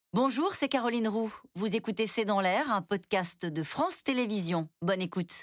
Bonjour, c'est Caroline Roux. Vous écoutez C'est dans l'air, un podcast de France Télévisions. Bonne écoute.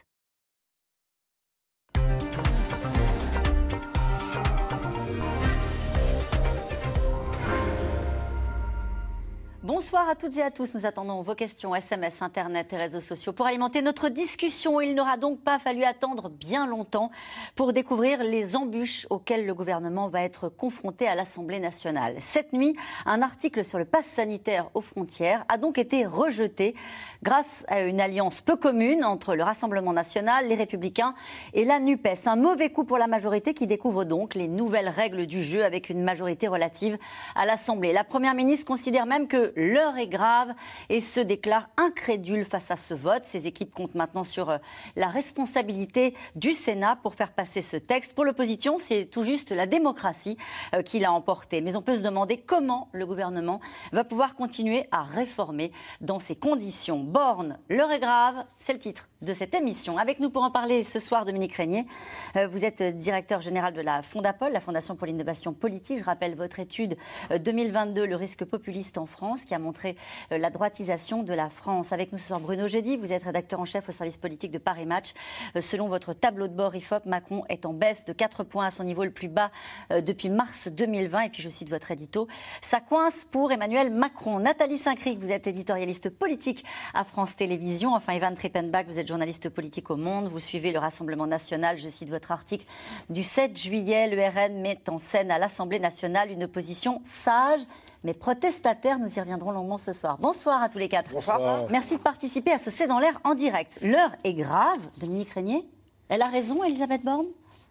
Bonsoir à toutes et à tous. Nous attendons vos questions, SMS, Internet et réseaux sociaux pour alimenter notre discussion. Il n'aura donc pas fallu attendre bien longtemps pour découvrir les embûches auxquelles le gouvernement va être confronté à l'Assemblée nationale. Cette nuit, un article sur le pass sanitaire aux frontières a donc été rejeté grâce à une alliance peu commune entre le Rassemblement national, les Républicains et la NUPES. Un mauvais coup pour la majorité qui découvre donc les nouvelles règles du jeu avec une majorité relative à l'Assemblée. La Première ministre considère même que l'heure est grave et se déclare incrédule face à ce vote. Ses équipes comptent maintenant sur la responsabilité du Sénat pour faire passer ce texte. Pour l'opposition, c'est tout juste la démocratie qui l'a emporté. Mais on peut se demander comment le gouvernement va pouvoir continuer à réformer dans ces conditions. Borne, l'heure est grave, c'est le titre de cette émission. Avec nous pour en parler ce soir, Dominique Régnier. Vous êtes directeur général de la Fondapol, la Fondation pour l'innovation politique. Je rappelle votre étude 2022, le risque populiste en France, qui a montré la droitisation de la France. Avec nous ce soir, Bruno Jeudi, vous êtes rédacteur en chef au service politique de Paris Match. Selon votre tableau de bord IFOP, Macron est en baisse de 4 points à son niveau le plus bas depuis mars 2020. Et puis je cite votre édito, ça coince pour Emmanuel Macron. Nathalie Saint-Cric, vous êtes éditorialiste politique à France Télévisions. Enfin, Ivan Trippenbach, vous êtes journaliste politique au Monde. Vous suivez le Rassemblement national. Je cite votre article du 7 juillet. Le RN met en scène à l'Assemblée nationale une opposition sage mais protestataires. Nous y reviendrons longuement ce soir. Bonsoir à tous les quatre. Bonsoir. Merci de participer à ce C'est dans l'air en direct. L'heure est grave, Dominique Régnier. Elle a raison, Elisabeth Borne ?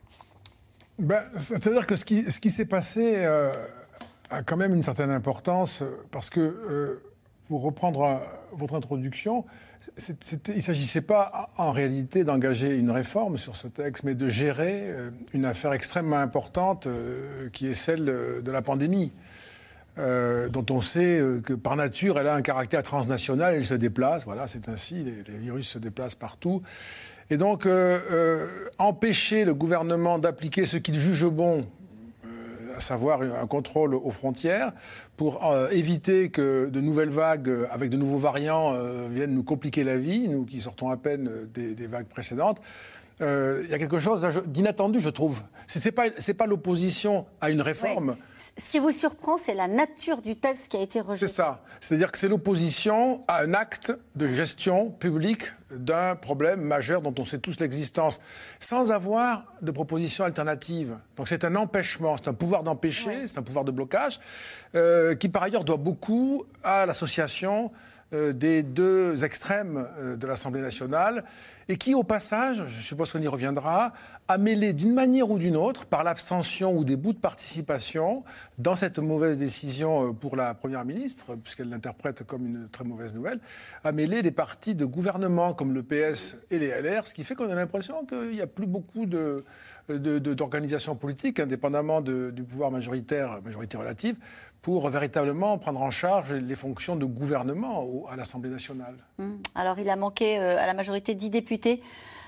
C'est-à-dire que ce qui s'est passé a quand même une certaine importance, parce que, pour reprendre votre introduction, il ne s'agissait pas en réalité d'engager une réforme sur ce texte, mais de gérer une affaire extrêmement importante qui est celle de la pandémie. Dont on sait que par nature, elle a un caractère transnational, elle se déplace, voilà, c'est ainsi, les virus se déplacent partout. Et donc, empêcher le gouvernement d'appliquer ce qu'il juge bon, à savoir un contrôle aux frontières, pour éviter que de nouvelles vagues avec de nouveaux variants viennent nous compliquer la vie, nous qui sortons à peine des vagues précédentes. Il y a quelque chose d'inattendu, je trouve. C'est pas l'opposition à une réforme. Ouais. Ce qui vous surprend, c'est la nature du texte qui a été rejeté. C'est ça. C'est-à-dire que c'est l'opposition à un acte de gestion publique d'un problème majeur dont on sait tous l'existence, sans avoir de proposition alternative. Donc c'est un empêchement, c'est un pouvoir d'empêcher, c'est un pouvoir de blocage, qui par ailleurs doit beaucoup à l'association des deux extrêmes de l'Assemblée nationale, et qui, au passage, je suppose qu'on y reviendra, a mêlé d'une manière ou d'une autre, par l'abstention ou des bouts de participation, dans cette mauvaise décision pour la Première ministre, puisqu'elle l'interprète comme une très mauvaise nouvelle, a mêlé des partis de gouvernement comme le PS et les LR, ce qui fait qu'on a l'impression qu'il n'y a plus beaucoup d'organisations politiques, indépendamment du pouvoir majorité relative, pour véritablement prendre en charge les fonctions de gouvernement à l'Assemblée nationale. Alors, il a manqué à la majorité 10 députés.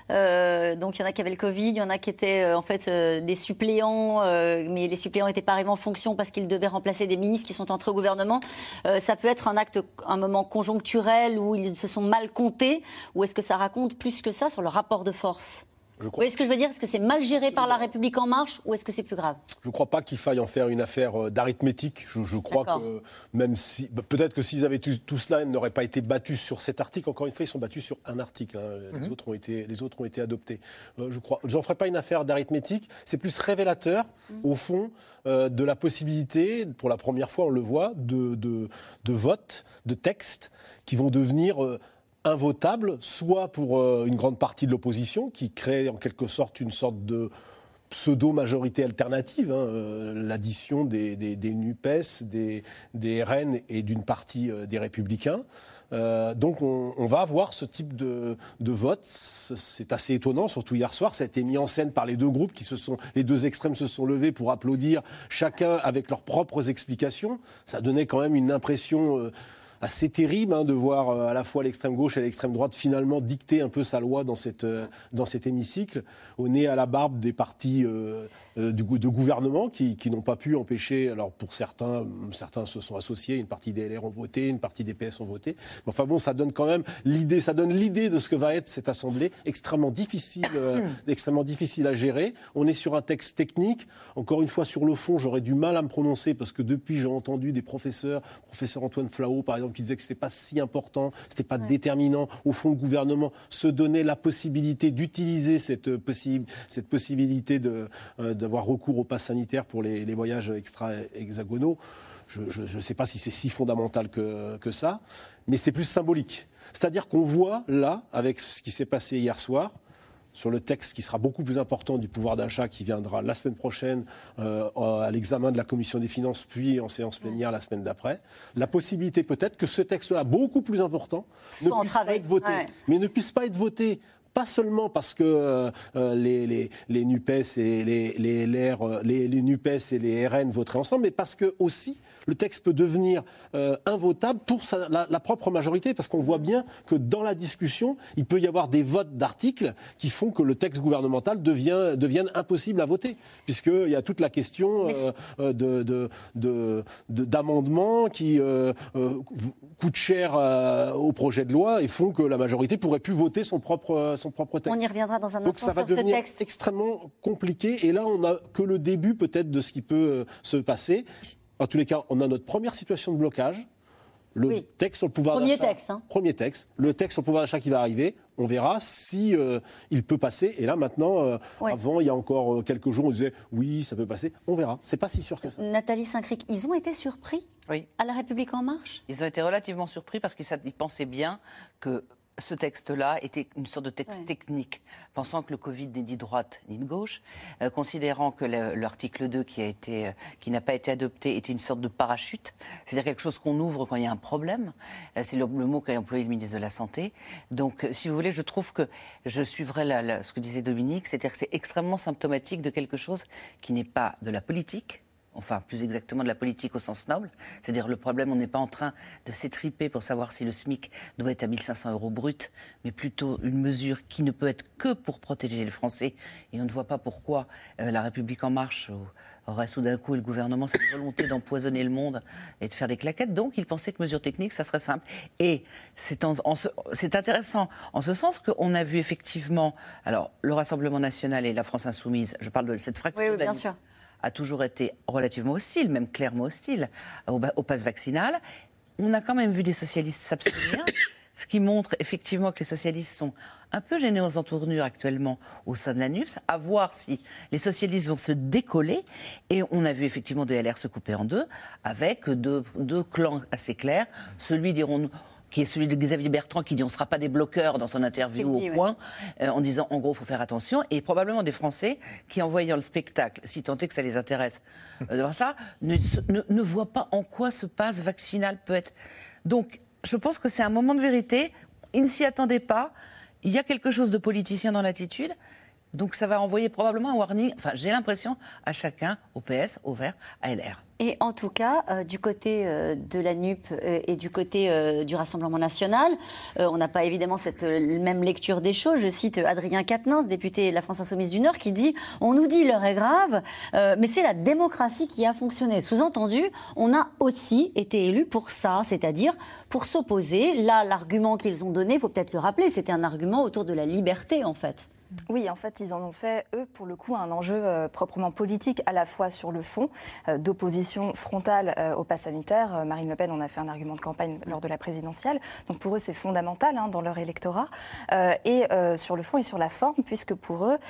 Donc, il y en a qui avaient le Covid, il y en a qui étaient en fait des suppléants, mais les suppléants n'étaient pas arrivés en fonction parce qu'ils devaient remplacer des ministres qui sont entrés au gouvernement. Ça peut être un moment conjoncturel où ils se sont mal comptés, ou est-ce que ça raconte plus que ça sur le rapport de force ? Vous voyez ce que je veux dire ? Est-ce que c'est mal géré par La République En Marche ou est-ce que c'est plus grave ? Je ne crois pas qu'il faille en faire une affaire d'arithmétique. Je crois que même si... Peut-être que s'ils avaient tout cela, ils n'auraient pas été battus sur cet article. Encore une fois, ils sont battus sur un article. Les autres ont été adoptés. J'en ferai pas une affaire d'arithmétique. C'est plus révélateur, au fond, de la possibilité, pour la première fois, on le voit, de votes, de textes qui vont devenir... invotable, soit pour une grande partie de l'opposition, qui crée en quelque sorte une sorte de pseudo-majorité alternative, l'addition des NUPES, des RN et d'une partie des Républicains. Donc on va avoir ce type de vote. C'est assez étonnant, surtout hier soir. Ça a été mis en scène par les deux groupes les deux extrêmes se sont levés pour applaudir, chacun avec leurs propres explications. Ça donnait quand même une impression assez terrible de voir à la fois l'extrême gauche et l'extrême droite finalement dicter un peu sa loi dans cet hémicycle, au nez à la barbe des partis de gouvernement qui n'ont pas pu empêcher, alors pour certains se sont associés, une partie des LR ont voté, une partie des PS ont voté. Mais enfin bon, ça donne quand même l'idée de ce que va être cette Assemblée, extrêmement difficile à gérer. On est sur un texte technique. Encore une fois, sur le fond, j'aurais du mal à me prononcer parce que depuis, j'ai entendu des professeur Antoine Flao, par exemple, qui disait que c'était pas si important, c'était pas déterminant. Au fond, le gouvernement se donnait la possibilité d'utiliser cette possibilité d'avoir recours au pass sanitaire pour les voyages extra-hexagonaux. Je ne sais pas si c'est si fondamental que ça, mais c'est plus symbolique. C'est-à-dire qu'on voit là, avec ce qui s'est passé hier soir, sur le texte qui sera beaucoup plus important du pouvoir d'achat qui viendra la semaine prochaine à l'examen de la Commission des finances, puis en séance plénière la semaine d'après, la possibilité peut-être que ce texte-là, beaucoup plus important, ne puisse pas être voté. Ouais. Mais ne puisse pas être voté. Pas seulement parce que les NUPES et les LR, les NUPES et les RN voteraient ensemble, mais parce que aussi le texte peut devenir invotable pour la propre majorité, parce qu'on voit bien que dans la discussion, il peut y avoir des votes d'articles qui font que le texte gouvernemental devienne impossible à voter, puisqu'il y a toute la question d'amendements qui coûtent cher au projet de loi et font que la majorité pourrait plus voter son propre texte. On y reviendra dans un instant. Donc ça va devenir extrêmement compliqué, et là on n'a que le début peut-être de ce qui peut se passer. En tous les cas, on a notre première situation de blocage. Le texte sur le pouvoir d'achat. Premier texte. Le texte sur le pouvoir d'achat qui va arriver. On verra si il peut passer. Et là, maintenant, avant, il y a encore quelques jours, on disait oui, ça peut passer. On verra. C'est pas si sûr que ça. Nathalie Saint-Cric, ils ont été surpris à La République En Marche ? Ils ont été relativement surpris parce qu'ils pensaient bien que ce texte-là était une sorte de texte technique, pensant que le Covid n'est ni de droite ni de gauche, considérant que l'article 2 qui n'a pas été adopté était une sorte de parachute, c'est-à-dire quelque chose qu'on ouvre quand il y a un problème. C'est le mot qu'a employé le ministre de la Santé. Donc, si vous voulez, je trouve que je suivrai ce que disait Dominique, c'est-à-dire que c'est extrêmement symptomatique de quelque chose qui n'est pas de la politique, enfin plus exactement de la politique au sens noble, c'est-à-dire le problème, on n'est pas en train de s'étriper pour savoir si le SMIC doit être à 1 500 € brut, mais plutôt une mesure qui ne peut être que pour protéger les Français, et on ne voit pas pourquoi La République En Marche aurait soudain coup, et le gouvernement, cette volonté d'empoisonner le monde et de faire des claquettes. Donc il pensait que mesure technique, ça serait simple. Et c'est intéressant en ce sens qu'on a vu effectivement, alors le Rassemblement National et la France Insoumise, je parle de cette fraction de la liste, a toujours été relativement hostile, même clairement hostile, au pass vaccinal. On a quand même vu des socialistes s'abstenir, ce qui montre effectivement que les socialistes sont un peu gênés aux entournures actuellement au sein de la NUPES, à voir si les socialistes vont se décoller. Et on a vu effectivement des LR se couper en deux, avec deux clans assez clairs. Celui, dirons-nous, qui est celui de Xavier Bertrand, qui dit on ne sera pas des bloqueurs dans son interview au Point, en disant en gros il faut faire attention, et probablement des Français qui, en voyant le spectacle, si tant est que ça les intéresse de voir ça, ne voient pas en quoi ce pass vaccinal peut être. Donc je pense que c'est un moment de vérité, ils ne s'y attendaient pas, il y a quelque chose de politicien dans l'attitude, donc ça va envoyer probablement un warning, enfin j'ai l'impression, à chacun, au PS, au Vert, à LR. Et en tout cas, du côté de la NUP et du côté du Rassemblement national, on n'a pas évidemment cette même lecture des choses. Je cite Adrien Quatennens, député de la France Insoumise du Nord, qui dit « On nous dit l'heure est grave, mais c'est la démocratie qui a fonctionné ». Sous-entendu, on a aussi été élus pour ça, c'est-à-dire pour s'opposer. Là, l'argument qu'ils ont donné, il faut peut-être le rappeler, c'était un argument autour de la liberté, en fait. Oui, en fait, ils en ont fait, eux, pour le coup, un enjeu proprement politique, à la fois sur le fond, d'opposition frontale au pass sanitaire. Marine Le Pen en a fait un argument de campagne lors de la présidentielle. Donc pour eux, c'est fondamental dans leur électorat. Et sur le fond et sur la forme, puisque pour eux,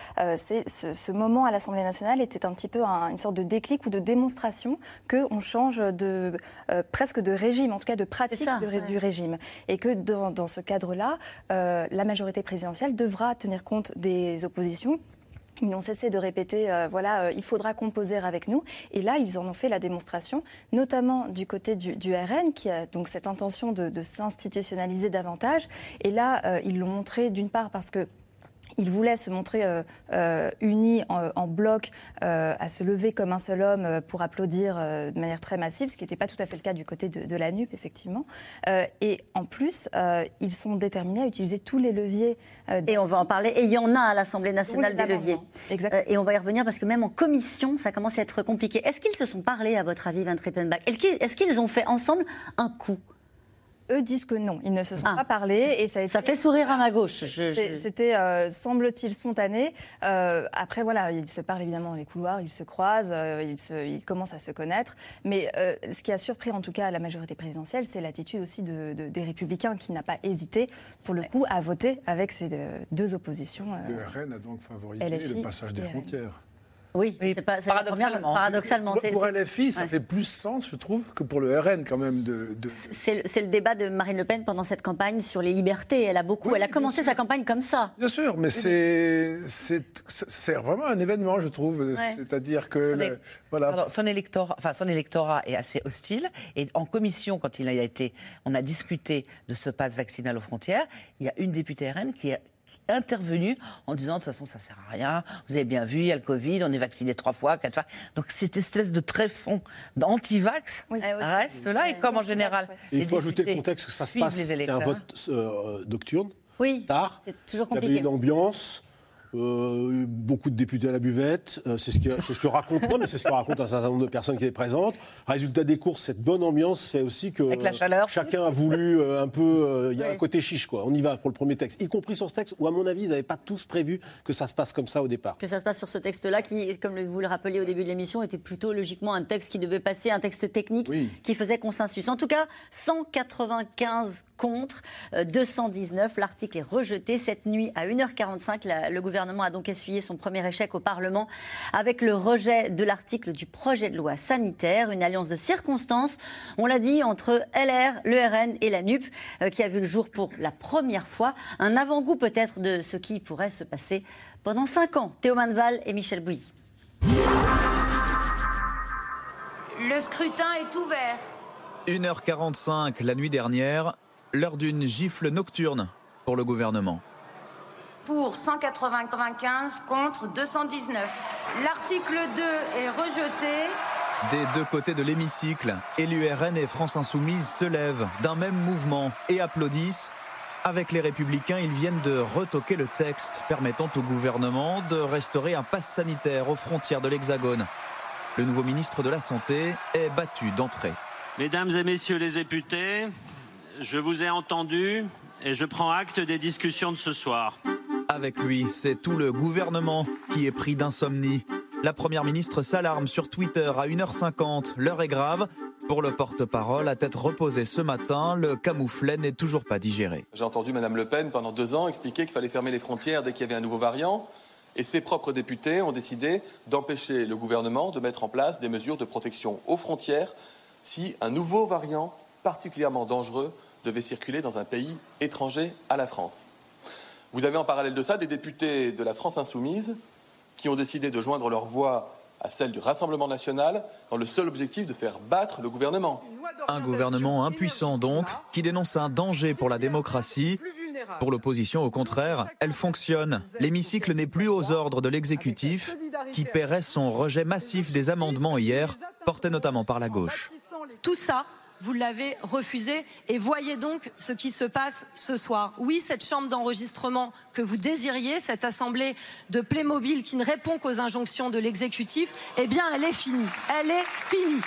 ce moment à l'Assemblée nationale était un petit peu une sorte de déclic ou de démonstration qu'on change presque de régime, en tout cas de pratique du régime. Et que dans ce cadre-là, la majorité présidentielle devra tenir compte des oppositions. Ils n'ont cessé de répéter, il faudra composer avec nous. Et là, ils en ont fait la démonstration, notamment du côté du RN, qui a donc cette intention de s'institutionnaliser davantage. Et là, ils l'ont montré d'une part parce que Il voulait se montrer unis en bloc, à se lever comme un seul homme pour applaudir de manière très massive, ce qui n'était pas tout à fait le cas du côté de la NUP, effectivement. Et en plus, ils sont déterminés à utiliser tous les leviers. Et on va en parler. Et il y en a à l'Assemblée nationale des leviers. Et on va y revenir parce que même en commission, ça commence à être compliqué. Est-ce qu'ils se sont parlé, à votre avis, Van Trippenbach ? Est-ce qu'ils ont fait ensemble un coup ? Eux disent que non, ils ne se sont pas parlé. Et ça fait sourire à ma gauche. C'était, semble-t-il, spontané. Après, voilà, ils se parlent évidemment dans les couloirs, ils se croisent, ils commencent à se connaître. Mais ce qui a surpris en tout cas la majorité présidentielle, c'est l'attitude aussi des Républicains qui n'a pas hésité, pour le coup, à voter avec ces deux oppositions. Le RN a donc favorisé le passage des frontières. Oui, c'est paradoxalement. Pour LFI, ça fait plus sens, je trouve, que pour le RN quand même. C'est le débat de Marine Le Pen pendant cette campagne sur les libertés. Elle a commencé sa campagne comme ça. Bien sûr, mais c'est vraiment un événement, je trouve. Ouais. C'est-à-dire que son électorat est assez hostile. Et en commission, quand on a discuté de ce pass vaccinal aux frontières, il y a une députée RN qui est intervenu en disant de toute façon ça sert à rien, vous avez bien vu, il y a le Covid, on est vacciné 3 fois, 4 fois. Donc cette espèce de tréfonds d'anti-vax reste là, et comme en général. Il faut ajouter le contexte que ça se passe, c'est un vote nocturne, tard, c'est toujours compliqué. Il y avait une ambiance. Beaucoup de députés à la buvette, c'est ce que raconte un certain nombre de personnes qui étaient présentes. Résultat des courses, cette bonne ambiance fait aussi que avec la chaleur, chacun a voulu un peu. Il y a un côté chiche, quoi. On y va pour le premier texte, y compris sur ce texte où, à mon avis, ils n'avaient pas tous prévu que ça se passe comme ça au départ. Que ça se passe sur ce texte-là, qui, comme vous le rappeliez au début de l'émission, était plutôt logiquement un texte qui devait passer, un texte technique qui faisait consensus. En tout cas, 195 contre, 219. L'article est rejeté cette nuit à 1h45. Le gouvernement a donc essuyé son premier échec au Parlement avec le rejet de l'article du projet de loi sanitaire, une alliance de circonstances, on l'a dit, entre LR, le RN et la NUP, qui a vu le jour pour la première fois. Un avant-goût peut-être de ce qui pourrait se passer pendant 5 ans. Théo Manval et Michel Bouilly. Le scrutin est ouvert. 1h45 la nuit dernière, l'heure d'une gifle nocturne pour le gouvernement. Pour 195 contre 219. L'article 2 est rejeté. Des deux côtés de l'hémicycle, LURN et France Insoumise se lèvent d'un même mouvement et applaudissent. Avec les Républicains, ils viennent de retoquer le texte permettant au gouvernement de restaurer un pass sanitaire aux frontières de l'Hexagone. Le nouveau ministre de la Santé est battu d'entrée. Mesdames et messieurs les députés, je vous ai entendus et je prends acte des discussions de ce soir. Avec lui, c'est tout le gouvernement qui est pris d'insomnie. La première ministre s'alarme sur Twitter à 1h50. L'heure est grave. Pour le porte-parole, à tête reposée ce matin, le camouflet n'est toujours pas digéré. J'ai entendu Mme Le Pen pendant 2 ans expliquer qu'il fallait fermer les frontières dès qu'il y avait un nouveau variant. Et ses propres députés ont décidé d'empêcher le gouvernement de mettre en place des mesures de protection aux frontières si un nouveau variant particulièrement dangereux devait circuler dans un pays étranger à la France. Vous avez en parallèle de ça des députés de la France Insoumise qui ont décidé de joindre leur voix à celle du Rassemblement national dans le seul objectif de faire battre le gouvernement. Un gouvernement impuissant donc, qui dénonce un danger pour la démocratie. Pour l'opposition, au contraire, elle fonctionne. L'hémicycle n'est plus aux ordres de l'exécutif, qui paierait son rejet massif des amendements hier, portés notamment par la gauche. Tout ça, vous l'avez refusé et voyez donc ce qui se passe ce soir. Oui, cette chambre d'enregistrement que vous désiriez, cette assemblée de Playmobil qui ne répond qu'aux injonctions de l'exécutif, eh bien elle est finie. Elle est finie.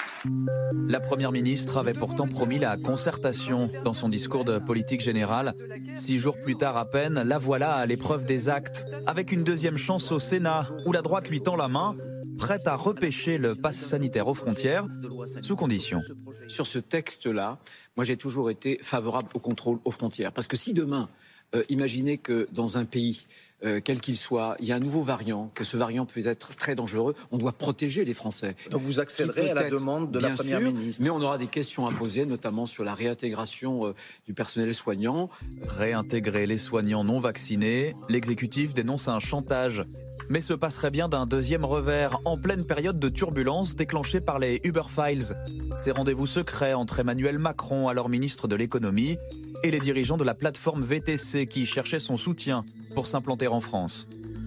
La première ministre avait pourtant promis la concertation dans son discours de politique générale. 6 jours plus tard à peine, la voilà à l'épreuve des actes, avec une deuxième chance au Sénat, où la droite lui tend la main, prête à repêcher le pass sanitaire aux frontières, sous condition. Sur ce texte-là, moi j'ai toujours été favorable au contrôle aux frontières. Parce que si demain, imaginez que dans un pays, quel qu'il soit, il y a un nouveau variant, que ce variant peut être très dangereux, on doit protéger les Français. Donc vous accélérez à la demande de la Première ministre. Mais on aura des questions à poser, notamment sur la réintégration du personnel soignant. Réintégrer les soignants non vaccinés, l'exécutif dénonce un chantage. Mais se passerait bien d'un deuxième revers en pleine période de turbulence déclenchée par les Uber Files. Ces rendez-vous secrets entre Emmanuel Macron, alors ministre de l'économie, et les dirigeants de la plateforme VTC qui cherchaient son soutien pour s'implanter en France.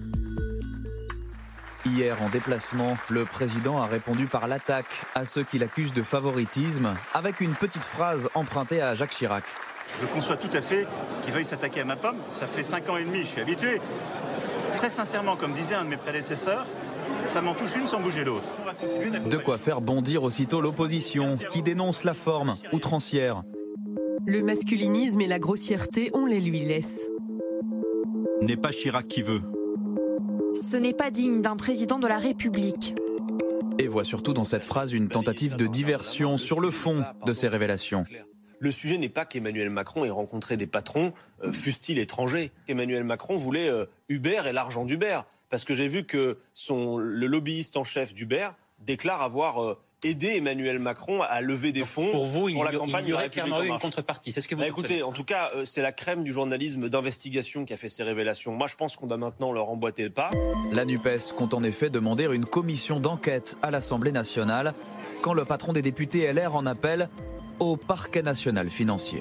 Hier, en déplacement, le président a répondu par l'attaque à ceux qui l'accusent de favoritisme, avec une petite phrase empruntée à Jacques Chirac. Je conçois tout à fait qu'il veuille s'attaquer à ma pomme. Ça fait 5 ans et demi, je suis habitué. Très sincèrement, comme disait un de mes prédécesseurs, ça m'en touche une sans bouger l'autre. De quoi faire bondir aussitôt l'opposition, qui dénonce la forme outrancière. Le masculinisme et la grossièreté, on les lui laisse. N'est pas Chirac qui veut. Ce n'est pas digne d'un président de la République. Et voit surtout dans cette phrase une tentative de diversion sur le fond de ces révélations. Le sujet n'est pas qu'Emmanuel Macron ait rencontré des patrons, fussent-ils étrangers. Emmanuel Macron voulait Uber et l'argent d'Uber. Parce que j'ai vu que le lobbyiste en chef d'Uber déclare avoir aidé Emmanuel Macron à lever des fonds pour la campagne de la République en Marche. Une contrepartie, c'est ce que vous écoutez, en tout cas, c'est la crème du journalisme d'investigation qui a fait ces révélations. Moi, je pense qu'on doit maintenant leur emboîter le pas. La NUPES compte en effet demander une commission d'enquête à l'Assemblée nationale quand le patron des députés LR en appelle au parquet national financier.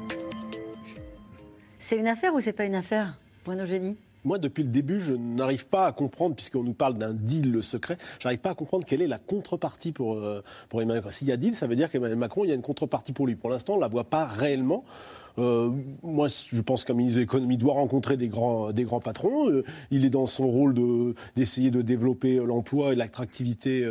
C'est une affaire ou c'est pas une affaire, Bruno Jeudi ? Moi, depuis le début, je n'arrive pas à comprendre, puisqu'on nous parle d'un deal secret, je n'arrive pas à comprendre quelle est la contrepartie pour Emmanuel Macron. S'il y a deal, ça veut dire qu'Emmanuel Macron, il y a une contrepartie pour lui. Pour l'instant, on ne la voit pas réellement. Moi, je pense qu'un ministre de l'économie doit rencontrer des grands patrons. Il est dans son rôle d'essayer de développer l'emploi et l'attractivité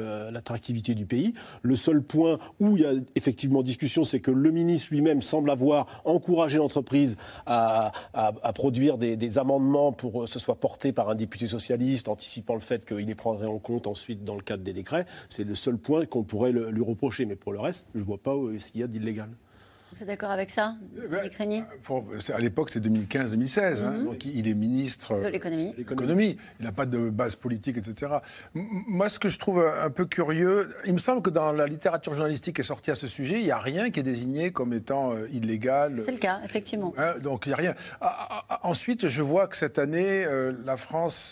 du pays. Le seul point où il y a effectivement discussion, c'est que le ministre lui-même semble avoir encouragé l'entreprise à produire des amendements pour que ce soit porté par un député socialiste, anticipant le fait qu'il les prendrait en compte ensuite dans le cadre des décrets. C'est le seul point qu'on pourrait lui reprocher. Mais pour le reste, je ne vois pas ce qu'il y a d'illégal. Vous êtes d'accord avec ça, Éric Régnier ? À l'époque, c'est 2015-2016. Donc il est ministre de l'économie. Il n'a pas de base politique, etc. Moi, ce que je trouve un peu curieux, il me semble que dans la littérature journalistique qui est sortie à ce sujet, il n'y a rien qui est désigné comme étant illégal. C'est le cas, effectivement. Donc il n'y a rien. Ensuite, je vois que cette année, la France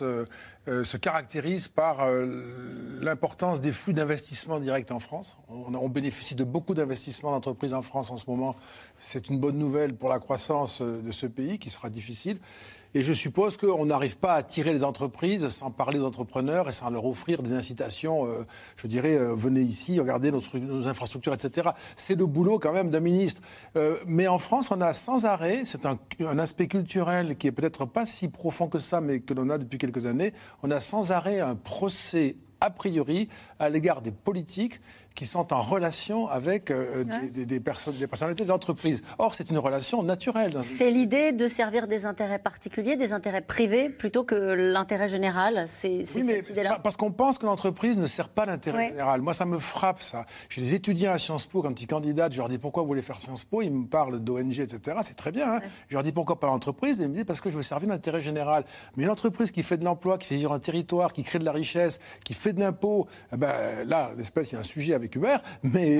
se caractérise par l'importance des flux d'investissement direct en France. On bénéficie de beaucoup d'investissements d'entreprises en France en ce moment. C'est une bonne nouvelle pour la croissance de ce pays qui sera difficile. Et je suppose qu'on n'arrive pas à attirer les entreprises sans parler aux entrepreneurs et sans leur offrir des incitations, je dirais, venez ici, regardez nos infrastructures, etc. C'est le boulot quand même d'un ministre. Mais en France, on a sans arrêt, c'est un aspect culturel qui est peut-être pas si profond que ça, mais que l'on a depuis quelques années, on a sans arrêt un procès a priori à l'égard des politiques qui sont en relation avec des personnalités d'entreprise. Or, c'est une relation naturelle. C'est l'idée de servir des intérêts particuliers, des intérêts privés, plutôt que l'intérêt général. C'est cette idée-là. Parce qu'on pense que l'entreprise ne sert pas l'intérêt général. Moi, ça me frappe, ça. J'ai des étudiants à Sciences Po, quand ils candidatent, je leur dis pourquoi vous voulez faire Sciences Po, ils me parlent d'ONG, etc. C'est très bien. Je leur dis pourquoi pas l'entreprise, et ils me disent parce que je veux servir l'intérêt général. Mais une entreprise qui fait de l'emploi, qui fait vivre un territoire, qui crée de la richesse, qui fait de l'impôt, là, l'espèce, il y a un sujet avec Uber, mais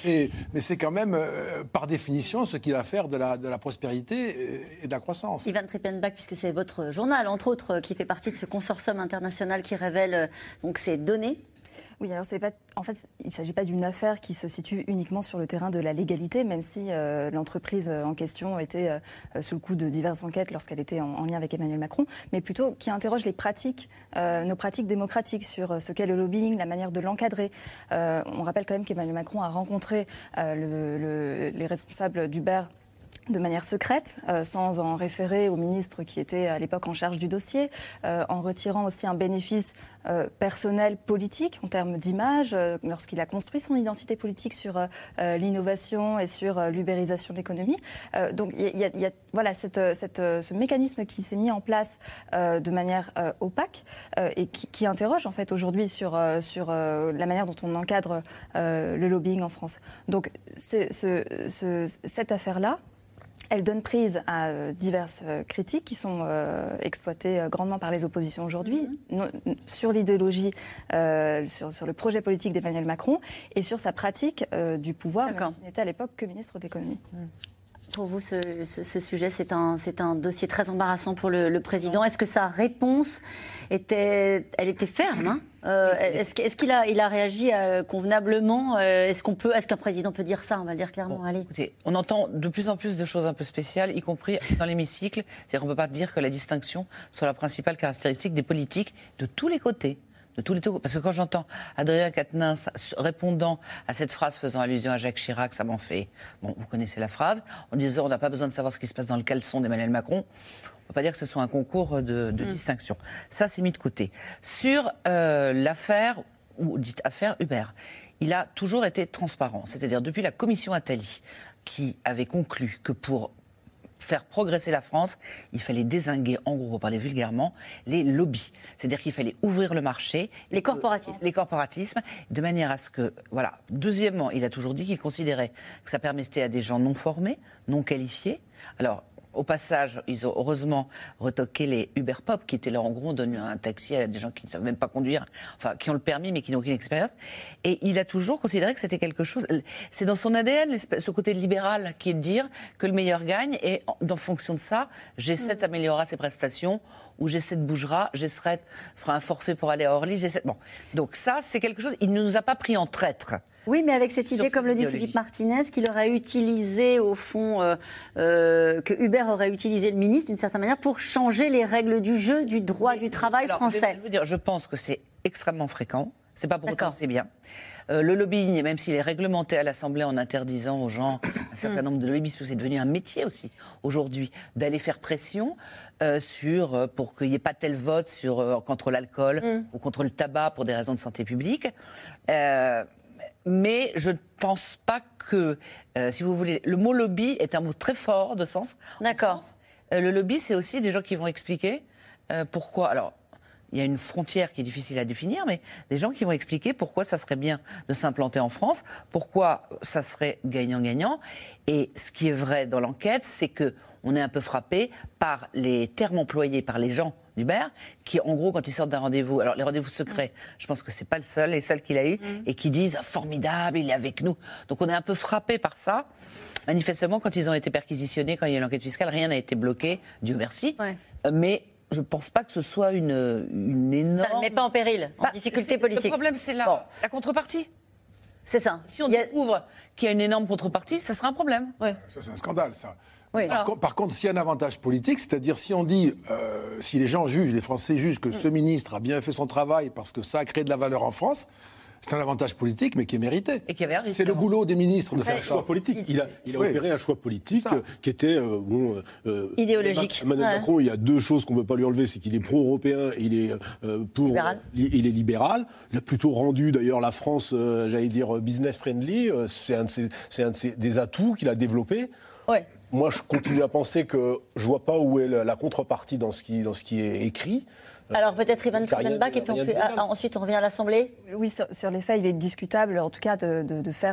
c'est quand même, par définition, ce qui va faire de la prospérité et de la croissance. Ivan Triepenbach, puisque c'est votre journal, entre autres, qui fait partie de ce consortium international qui révèle donc ces données. Oui, alors en fait, il ne s'agit pas d'une affaire qui se situe uniquement sur le terrain de la légalité, même si l'entreprise en question était sous le coup de diverses enquêtes lorsqu'elle était en lien avec Emmanuel Macron, mais plutôt qui interroge les pratiques, nos pratiques démocratiques sur ce qu'est le lobbying, la manière de l'encadrer. On rappelle quand même qu'Emmanuel Macron a rencontré les responsables d'Uber de manière secrète, sans en référer au ministre qui était à l'époque en charge du dossier, en retirant aussi un bénéfice personnel politique en termes d'image, lorsqu'il a construit son identité politique sur l'innovation et sur l'ubérisation de l'économie. Donc il y a voilà, ce mécanisme qui s'est mis en place de manière opaque et qui interroge en fait aujourd'hui sur la manière dont on encadre le lobbying en France. Donc cette affaire-là, elle donne prise à diverses critiques qui sont exploitées grandement par les oppositions aujourd'hui, sur l'idéologie, sur le projet politique d'Emmanuel Macron et sur sa pratique du pouvoir, même s'il n'était à l'époque que ministre de l'économie. pour vous ce sujet? C'est un dossier très embarrassant pour le président. Est-ce que sa réponse était ferme, hein? Est-ce qu'il a réagi convenablement? Est-ce qu'un président peut dire ça? On va le dire clairement. Allez. Écoutez, on entend de plus en plus de choses un peu spéciales, y compris dans l'hémicycle. C'est-à-dire qu'on ne peut pas dire que la distinction soit la principale caractéristique des politiques de tous les côtés. Parce que quand j'entends Adrien Quatennens répondant à cette phrase faisant allusion à Jacques Chirac, ça m'en fait... Bon, vous connaissez la phrase. En disant on n'a pas besoin de savoir ce qui se passe dans le caleçon d'Emmanuel Macron. On ne peut pas dire que ce soit un concours de distinction. Ça, c'est mis de côté. Sur l'affaire, ou dite affaire Uber, il a toujours été transparent. C'est-à-dire depuis la commission Attali, qui avait conclu que pour faire progresser la France, il fallait dézinguer, en gros, pour parler vulgairement, les lobbies. C'est-à-dire qu'il fallait ouvrir le marché. Les corporatismes, de manière à ce que... Voilà. Deuxièmement, il a toujours dit qu'il considérait que ça permettait à des gens non formés, non qualifiés. Alors, au passage, ils ont heureusement retoqué les Uber Pop, qui étaient là, en gros, on donne un taxi à des gens qui ne savent même pas conduire, enfin, qui ont le permis, mais qui n'ont aucune expérience. Et il a toujours considéré que c'était quelque chose... C'est dans son ADN, ce côté libéral, qui est de dire que le meilleur gagne, et en fonction de ça, G7 améliorera ses prestations, ou G7 bougera, G7 fera un forfait pour aller à Orly, G7... Bon, donc ça, c'est quelque chose... Il ne nous a pas pris en traître. Oui, mais avec cette idée, comme le dit Philippe Martinez, qu'il aurait utilisé, au fond, que Uber aurait utilisé le ministre, d'une certaine manière, pour changer les règles du jeu, du droit du travail français. Je veux dire, je pense que c'est extrêmement fréquent. C'est pas pour autant que c'est bien. Le lobbying, même s'il est réglementé à l'Assemblée en interdisant aux gens un certain nombre de lobbyistes, parce que c'est devenu un métier aussi, aujourd'hui, d'aller faire pression pour qu'il n'y ait pas tel vote contre l'alcool ou contre le tabac pour des raisons de santé publique. Mais je ne pense pas que, si vous voulez, le mot lobby est un mot très fort de sens. D'accord. Le lobby, c'est aussi des gens qui vont expliquer pourquoi. Alors, il y a une frontière qui est difficile à définir, mais des gens qui vont expliquer pourquoi ça serait bien de s'implanter en France, pourquoi ça serait gagnant-gagnant. Et ce qui est vrai dans l'enquête, c'est qu'on est un peu frappé par les termes employés par les gens d'Uber, qui, en gros, quand ils sortent d'un rendez-vous, alors les rendez-vous secrets, je pense que c'est pas les seuls qu'il a eu, et qui disent ah, formidable, il est avec nous. Donc on est un peu frappé par ça. Manifestement, quand ils ont été perquisitionnés, quand il y a eu l'enquête fiscale, rien n'a été bloqué, Dieu merci. Mais je ne pense pas que ce soit une énorme... Ça ne met pas en péril, en difficulté politique. Le problème, c'est la contrepartie. C'est ça. Si on découvre qu'il y a une énorme contrepartie, ça sera un problème. Ça, c'est un scandale, ça. Oui. Par contre, s'il y a un avantage politique, c'est-à-dire si on dit, si les gens jugent, les Français jugent que ce ministre a bien fait son travail parce que ça a créé de la valeur en France, c'est un avantage politique, mais qui est mérité. Et qui avait c'est le boulot des ministres de faire un choix politique. Il a opéré un choix politique qui était idéologique. Emmanuel Macron, il y a deux choses qu'on ne peut pas lui enlever, c'est qu'il est pro-européen et il est il est libéral. Il a plutôt rendu d'ailleurs la France, j'allais dire business friendly. C'est un de des atouts qu'il a développé. Ouais. Moi, je continue à penser que je vois pas où est la contrepartie dans ce qui est écrit. Alors peut-être Ivan Freidenbach, et puis ensuite on revient à l'Assemblée. Oui, sur les faits, il est discutable, en tout cas, de faire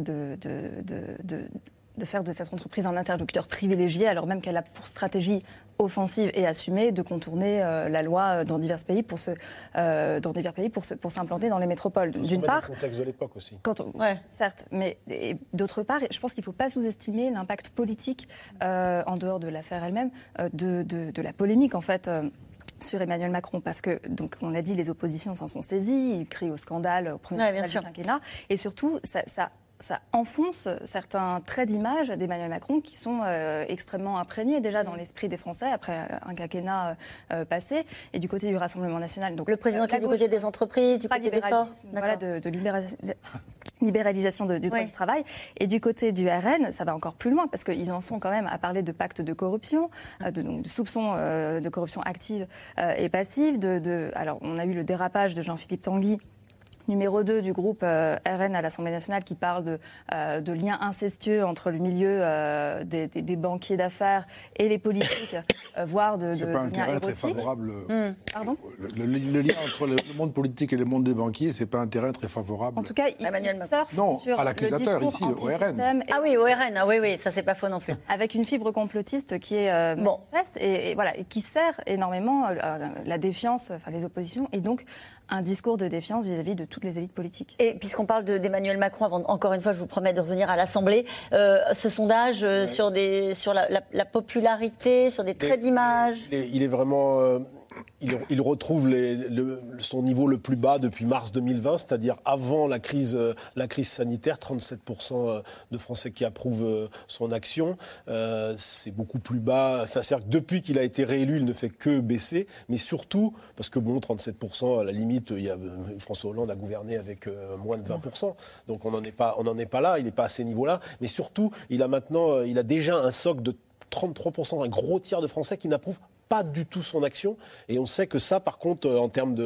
de cette entreprise un interlocuteur privilégié, alors même qu'elle a pour stratégie offensive et assumée de contourner la loi dans divers pays pour s'implanter dans les métropoles. D'une part, le contexte de l'époque aussi. Certes, mais d'autre part, je pense qu'il ne faut pas sous-estimer l'impact politique en dehors de l'affaire elle-même de la polémique en fait. Sur Emmanuel Macron, parce que, donc, on l'a dit, les oppositions s'en sont saisies, ils crient au scandale, au premier scandale du quinquennat, et surtout, ça enfonce certains traits d'image d'Emmanuel Macron qui sont extrêmement imprégnés déjà dans l'esprit des Français après un quinquennat passé, et du côté du Rassemblement national. Donc, le président qui est du côté des entreprises, du côté des forts, voilà, de libéralisation du droit du travail. Et du côté du RN, ça va encore plus loin, parce qu'ils en sont quand même à parler de pacte de corruption, de soupçons de corruption active et passive. Alors, on a eu le dérapage de Jean-Philippe Tanguy, numéro 2 du groupe RN à l'Assemblée nationale, qui parle de liens incestueux entre le milieu des banquiers d'affaires et les politiques, voire de c'est pas un terrain très favorable. Pardon ? Le lien entre le monde politique et le monde des banquiers, c'est pas un terrain très favorable. En tout cas, il surfe sur à l'accusateur le ici, au RN. Ah oui, au RN, oui, ça c'est pas faux non plus. Avec une fibre complotiste qui est manifeste et voilà, et qui sert énormément la défiance, les oppositions, et donc un discours de défiance vis-à-vis de toutes les élites politiques. Et puisqu'on parle d'Emmanuel Macron, encore une fois, je vous promets de revenir à l'Assemblée, ce sondage sur la popularité, sur des traits d'image. Il est vraiment... Il retrouve son niveau le plus bas depuis mars 2020, c'est-à-dire avant la crise sanitaire, 37% de Français qui approuvent son action. C'est beaucoup plus bas. Enfin, c'est-à-dire que depuis qu'il a été réélu, il ne fait que baisser, mais surtout, parce que 37%, à la limite, François Hollande a gouverné avec moins de 20%, donc on n'en est pas là, il n'est pas à ces niveaux-là, mais surtout, il a déjà un socle de 33%, un gros tiers de Français qui n'approuvent pas du tout son action, et on sait que ça, par contre, en termes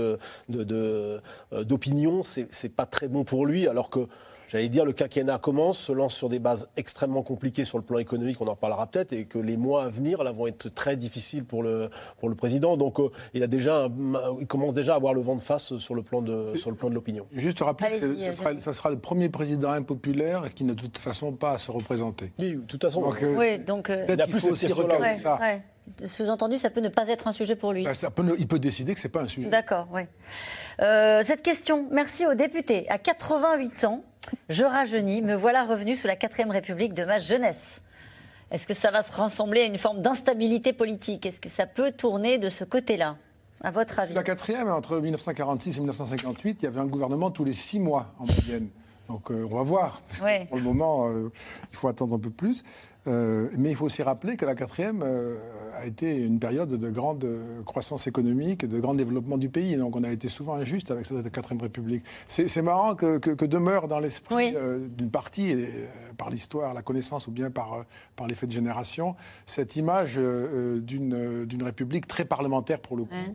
d'opinion, c'est pas très bon pour lui, alors que, j'allais dire, le quinquennat commence, se lance sur des bases extrêmement compliquées sur le plan économique, on en reparlera peut-être, et que les mois à venir, là, vont être très difficiles pour le président. Donc, il commence déjà à avoir le vent de face sur le plan de l'opinion. Juste rappeler que ça sera le premier président impopulaire qui n'a de toute façon pas à se représenter. Oui, de toute façon. Donc, peut-être qu'il faut aussi regarder ça. Ouais. Sous-entendu, ça peut ne pas être un sujet pour lui. Il peut décider que ce n'est pas un sujet. D'accord, oui. Cette question, merci aux députés. À 88 ans, je rajeunis, me voilà revenu sous la 4ème République de ma jeunesse. Est-ce que ça va se ressembler à une forme d'instabilité politique ? Est-ce que ça peut tourner de ce côté-là, à votre avis ? La 4ème, entre 1946 et 1958, il y avait un gouvernement tous les 6 mois en moyenne. Donc on va voir. Parce que pour le moment, il faut attendre un peu plus. Mais il faut aussi rappeler que la 4ème a été une période de grande croissance économique, de grand développement du pays. Donc on a été souvent injuste avec cette 4ème République. C'est marrant que demeure dans l'esprit d'une partie, par l'histoire, la connaissance ou bien par l'effet de génération, cette image d'une République très parlementaire pour le coup.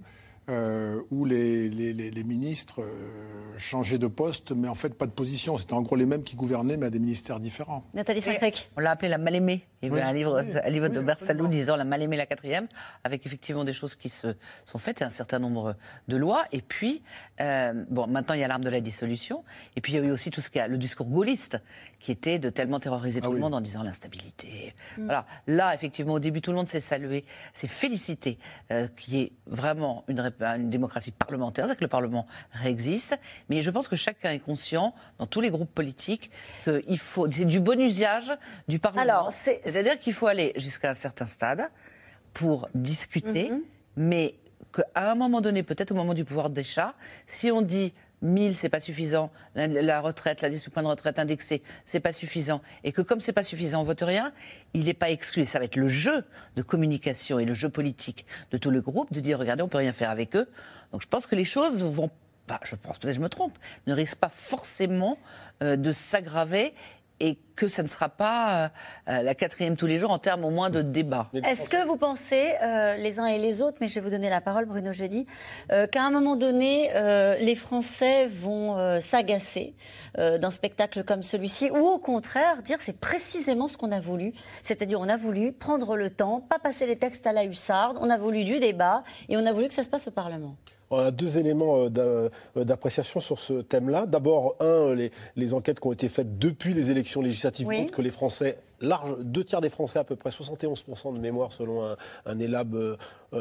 Où les ministres changeaient de poste, mais en fait pas de position. C'était en gros les mêmes qui gouvernaient, mais à des ministères différents. Nathalie Saint-Crec. On l'a appelé la mal-aimée. Il y avait un livre de Bersalou disant la mal-aimée, la 4ème, avec effectivement des choses qui se sont faites et un certain nombre de lois. Et puis, maintenant il y a l'arme de la dissolution. Et puis il y a eu aussi tout ce qu'il y a, le discours gaulliste, qui était de tellement terroriser tout le monde en disant l'instabilité. Voilà. Là, effectivement, au début, tout le monde s'est salué, s'est félicité qu'il y ait vraiment une démocratie parlementaire, c'est-à-dire que le Parlement réexiste. Mais je pense que chacun est conscient, dans tous les groupes politiques, qu'il faut, c'est du bon usage du Parlement. Alors, c'est-à-dire qu'il faut aller jusqu'à un certain stade pour discuter, mais qu'à un moment donné, peut-être au moment du pouvoir d'achat, si on dit 1000, c'est pas suffisant, la retraite, la 10 points de retraite indexée, c'est pas suffisant, et que comme c'est pas suffisant, on vote rien, il n'est pas exclu. Ça va être le jeu de communication et le jeu politique de tout le groupe de dire, regardez, on peut rien faire avec eux. Donc je pense que les choses vont, je pense, peut-être que je me trompe, ne risquent pas forcément de s'aggraver, et que ça ne sera pas la 4ème tous les jours en termes au moins de débat. Est-ce que vous pensez, les uns et les autres, mais je vais vous donner la parole, Bruno Jeudi, qu'à un moment donné, les Français vont s'agacer d'un spectacle comme celui-ci, ou au contraire, dire c'est précisément ce qu'on a voulu, c'est-à-dire on a voulu prendre le temps, pas passer les textes à la hussarde, on a voulu du débat, et on a voulu que ça se passe au Parlement. On a 2 éléments d'appréciation sur ce thème-là. D'abord, les enquêtes qui ont été faites depuis les élections législatives montrent que les Français, 2 tiers des Français, à peu près 71% de mémoire selon un ELAB,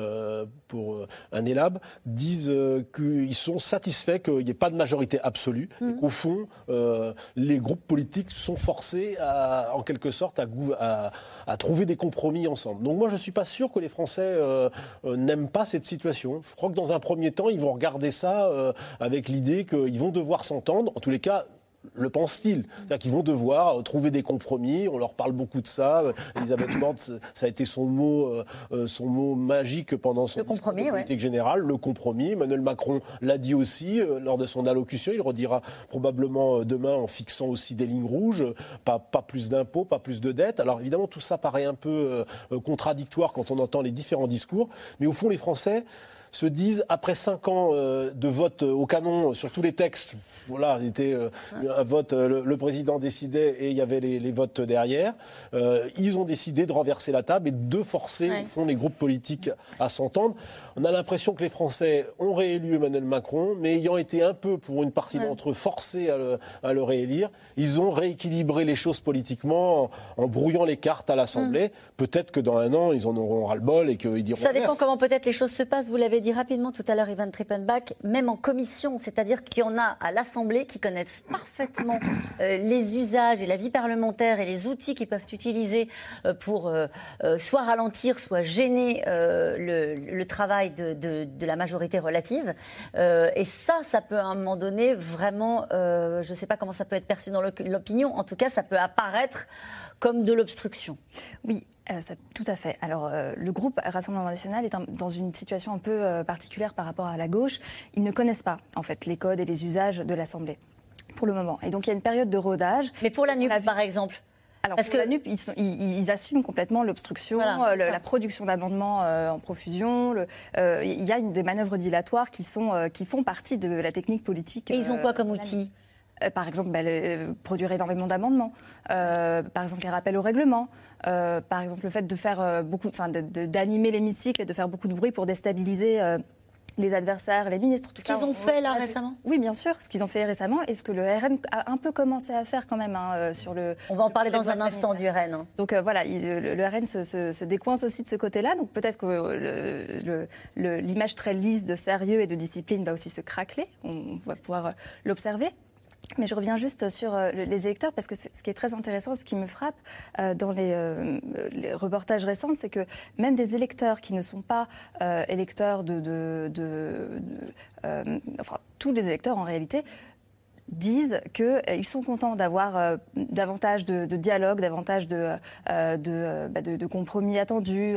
disent qu'ils sont satisfaits qu'il n'y ait pas de majorité absolue, et qu'au fond, les groupes politiques sont forcés en quelque sorte à trouver des compromis ensemble. Donc moi, je ne suis pas sûr que les Français n'aiment pas cette situation. Je crois que dans un premier temps, ils vont regarder ça avec l'idée qu'ils vont devoir s'entendre. En tous les cas, le pense-t-il. C'est-à-dire qu'ils vont devoir trouver des compromis. On leur parle beaucoup de ça. Elisabeth Borne, ça a été son mot magique pendant son discours de politique générale, le compromis. Emmanuel Macron l'a dit aussi lors de son allocution. Il redira probablement demain en fixant aussi des lignes rouges. Pas plus d'impôts, pas plus de dettes. Alors évidemment, tout ça paraît un peu contradictoire quand on entend les différents discours. Mais au fond, les Français se disent, après 5 ans de vote au canon sur tous les textes, voilà, c'était un vote, le président décidait et il y avait les votes derrière, ils ont décidé de renverser la table et de forcer, au fond, les groupes politiques à s'entendre. On a l'impression que les Français ont réélu Emmanuel Macron, mais ayant été un peu, pour une partie d'entre eux, forcés à le réélire, ils ont rééquilibré les choses politiquement en brouillant les cartes à l'Assemblée. Peut-être que dans 1 an, ils en auront ras-le-bol et qu'ils diront... Ça dépend comment peut-être les choses se passent, vous l'avez dit. dit rapidement tout à l'heure, Ivan Trippenbach, même en commission, c'est-à-dire qu'il y en a à l'Assemblée qui connaissent parfaitement les usages et la vie parlementaire et les outils qu'ils peuvent utiliser pour soit ralentir, soit gêner le travail de la majorité relative. Et ça peut à un moment donné vraiment, je ne sais pas comment ça peut être perçu dans l'opinion, en tout cas ça peut apparaître comme de l'obstruction. Oui. Tout à fait. Alors, le groupe Rassemblement National est dans une situation un peu particulière par rapport à la gauche. Ils ne connaissent pas, en fait, les codes et les usages de l'Assemblée, pour le moment. Et donc, il y a une période de rodage. Mais pour la NUP, par exemple ? Alors, parce que la NUP, ils assument complètement l'obstruction, la production d'amendements en profusion. Il y a des manœuvres dilatoires qui font partie de la technique politique. Et ils ont quoi comme outil ? Par exemple, produire énormément d'amendements. Par exemple, les rappels au règlement. Par exemple, le fait de faire d'animer l'hémicycle et de faire beaucoup de bruit pour déstabiliser les adversaires, les ministres. Ce qu'ils ont fait là récemment ? Oui, bien sûr, ce qu'ils ont fait récemment et ce que le RN a un peu commencé à faire quand même sur le... On va en parler dans un instant du RN. Hein. Donc voilà, le RN se décoince aussi de ce côté-là. Donc peut-être que l'image très lisse de sérieux et de discipline va aussi se craqueler. On va pouvoir l'observer. Mais je reviens juste sur les électeurs, parce que ce qui est très intéressant, ce qui me frappe dans les reportages récents, c'est que même des électeurs qui ne sont pas électeurs enfin, tous les électeurs en réalité, disent qu'ils sont contents d'avoir davantage de dialogue, davantage de compromis attendus,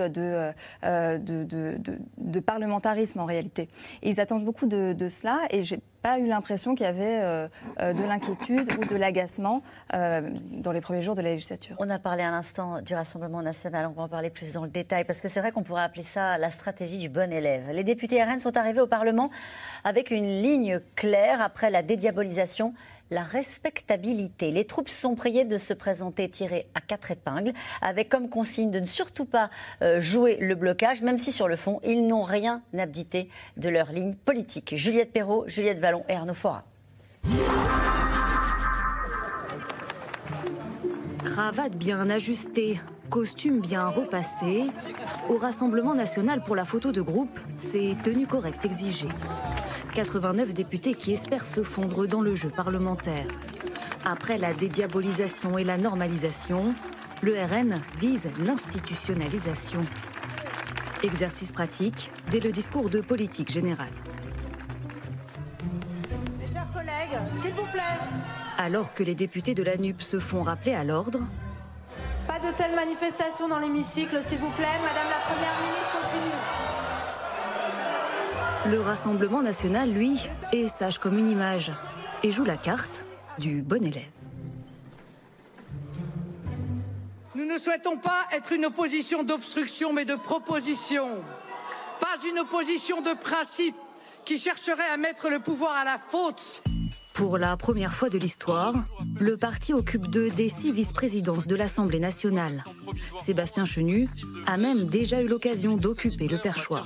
de parlementarisme en réalité. Et ils attendent beaucoup de cela, et j'ai pas eu l'impression qu'il y avait de l'inquiétude ou de l'agacement dans les premiers jours de la législature. On a parlé à l'instant du Rassemblement national, on va en parler plus dans le détail, parce que c'est vrai qu'on pourrait appeler ça la stratégie du bon élève. Les députés RN sont arrivés au Parlement avec une ligne claire après la dédiabolisation, la respectabilité. Les troupes sont priées de se présenter tirées à 4 épingles, avec comme consigne de ne surtout pas jouer le blocage, même si sur le fond, ils n'ont rien abdité de leur ligne politique. Juliette Perrault, Juliette Vallon et Arnaud Fora. Cravate bien ajustée, costume bien repassé. Au Rassemblement national pour la photo de groupe, c'est tenue correcte exigée. 89 députés qui espèrent se fondre dans le jeu parlementaire. Après la dédiabolisation et la normalisation, le RN vise l'institutionnalisation. Exercice pratique dès le discours de politique générale. Mes chers collègues, s'il vous plaît. Alors que les députés de la NUP se font rappeler à l'ordre. Pas de telles manifestations dans l'hémicycle, s'il vous plaît. Madame la Première ministre, continue. Le Rassemblement national, lui, est sage comme une image et joue la carte du bon élève. Nous ne souhaitons pas être une opposition d'obstruction, mais de proposition. Pas une opposition de principe qui chercherait à mettre le pouvoir à la faute. Pour la première fois de l'histoire, le parti occupe 2 des 6 vice-présidences de l'Assemblée nationale. Sébastien Chenu a même déjà eu l'occasion d'occuper le perchoir.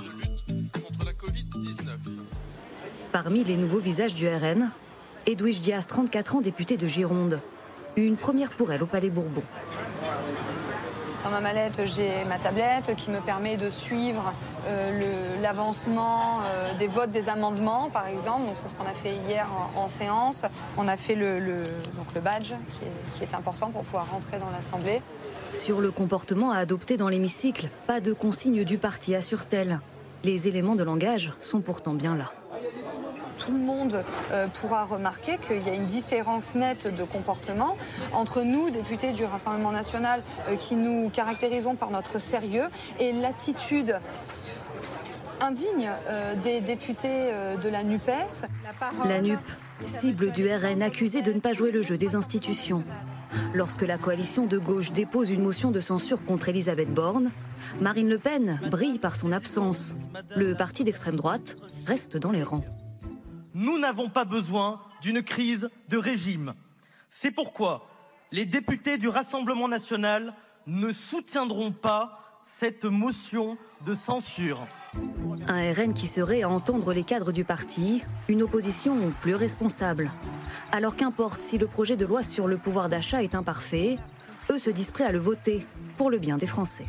Parmi les nouveaux visages du RN, Edwige Diaz, 34 ans, députée de Gironde. Une première pour elle au Palais Bourbon. Dans ma mallette, j'ai ma tablette qui me permet de suivre l'avancement des votes des amendements, par exemple. Donc c'est ce qu'on a fait hier en séance. On a fait le badge qui est important pour pouvoir rentrer dans l'Assemblée. Sur le comportement à adopter dans l'hémicycle, pas de consigne du parti, assure-t-elle. Les éléments de langage sont pourtant bien là. Tout le monde pourra remarquer qu'il y a une différence nette de comportement entre nous, députés du Rassemblement national, qui nous caractérisons par notre sérieux, et l'attitude indigne des députés de la NUPES. La NUP, cible du RN, accusée de ne pas jouer le jeu des institutions. Lorsque la coalition de gauche dépose une motion de censure contre Elisabeth Borne, Marine Le Pen brille par son absence. Le parti d'extrême droite reste dans les rangs. Nous n'avons pas besoin d'une crise de régime. C'est pourquoi les députés du Rassemblement national ne soutiendront pas cette motion de censure. Un RN qui serait, à entendre les cadres du parti, une opposition plus responsable. Alors qu'importe si le projet de loi sur le pouvoir d'achat est imparfait, eux se disent prêts à le voter pour le bien des Français.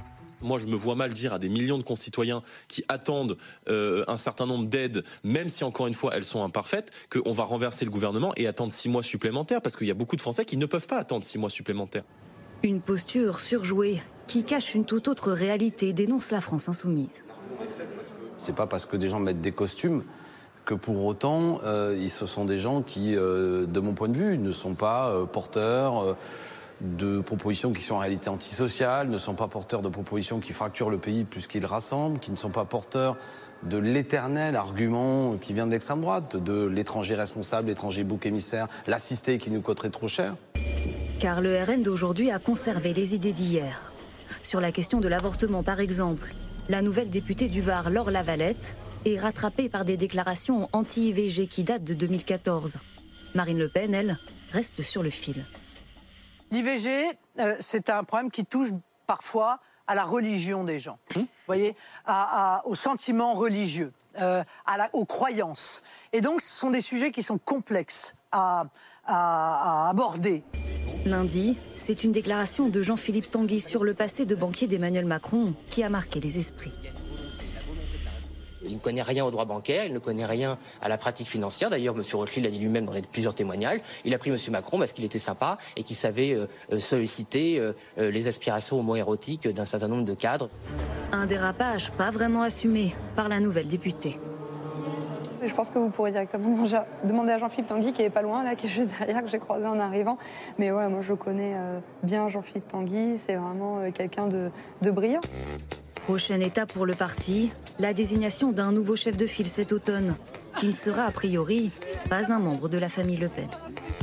Moi, je me vois mal dire à des millions de concitoyens qui attendent un certain nombre d'aides, même si, encore une fois, elles sont imparfaites, qu'on va renverser le gouvernement et attendre 6 mois supplémentaires, parce qu'il y a beaucoup de Français qui ne peuvent pas attendre 6 mois supplémentaires. Une posture surjouée qui cache une toute autre réalité, dénonce la France insoumise. C'est pas parce que des gens mettent des costumes que pour autant, ce sont des gens qui, de mon point de vue, ne sont pas porteurs de propositions qui sont en réalité antisociales, ne sont pas porteurs de propositions qui fracturent le pays plus qu'ils rassemblent, qui ne sont pas porteurs de l'éternel argument qui vient de l'extrême droite, de l'étranger responsable, l'étranger bouc émissaire, l'assisté qui nous coûterait trop cher. Car le RN d'aujourd'hui a conservé les idées d'hier. Sur la question de l'avortement, par exemple, la nouvelle députée du Var, Laure Lavalette, est rattrapée par des déclarations anti-IVG qui datent de 2014. Marine Le Pen, elle, reste sur le fil. L'IVG, c'est un problème qui touche parfois à la religion des gens. Vous voyez, aux sentiments religieux, aux croyances. Et donc, ce sont des sujets qui sont complexes à aborder. Lundi, c'est une déclaration de Jean-Philippe Tanguy sur le passé de banquier d'Emmanuel Macron qui a marqué les esprits. Il ne connaît rien au droit bancaire, il ne connaît rien à la pratique financière. D'ailleurs, M. Rothschild l'a dit lui-même dans plusieurs témoignages. Il a pris M. Macron parce qu'il était sympa et qu'il savait solliciter les aspirations homo-érotiques d'un certain nombre de cadres. Un dérapage pas vraiment assumé par la nouvelle députée. Je pense que vous pourrez directement demander à Jean-Philippe Tanguy, qui est pas loin, là, qui est juste derrière, que j'ai croisé en arrivant. Mais voilà, moi je connais bien Jean-Philippe Tanguy, c'est vraiment quelqu'un de brillant. Prochaine étape pour le parti, la désignation d'un nouveau chef de file cet automne, qui ne sera a priori pas un membre de la famille Le Pen.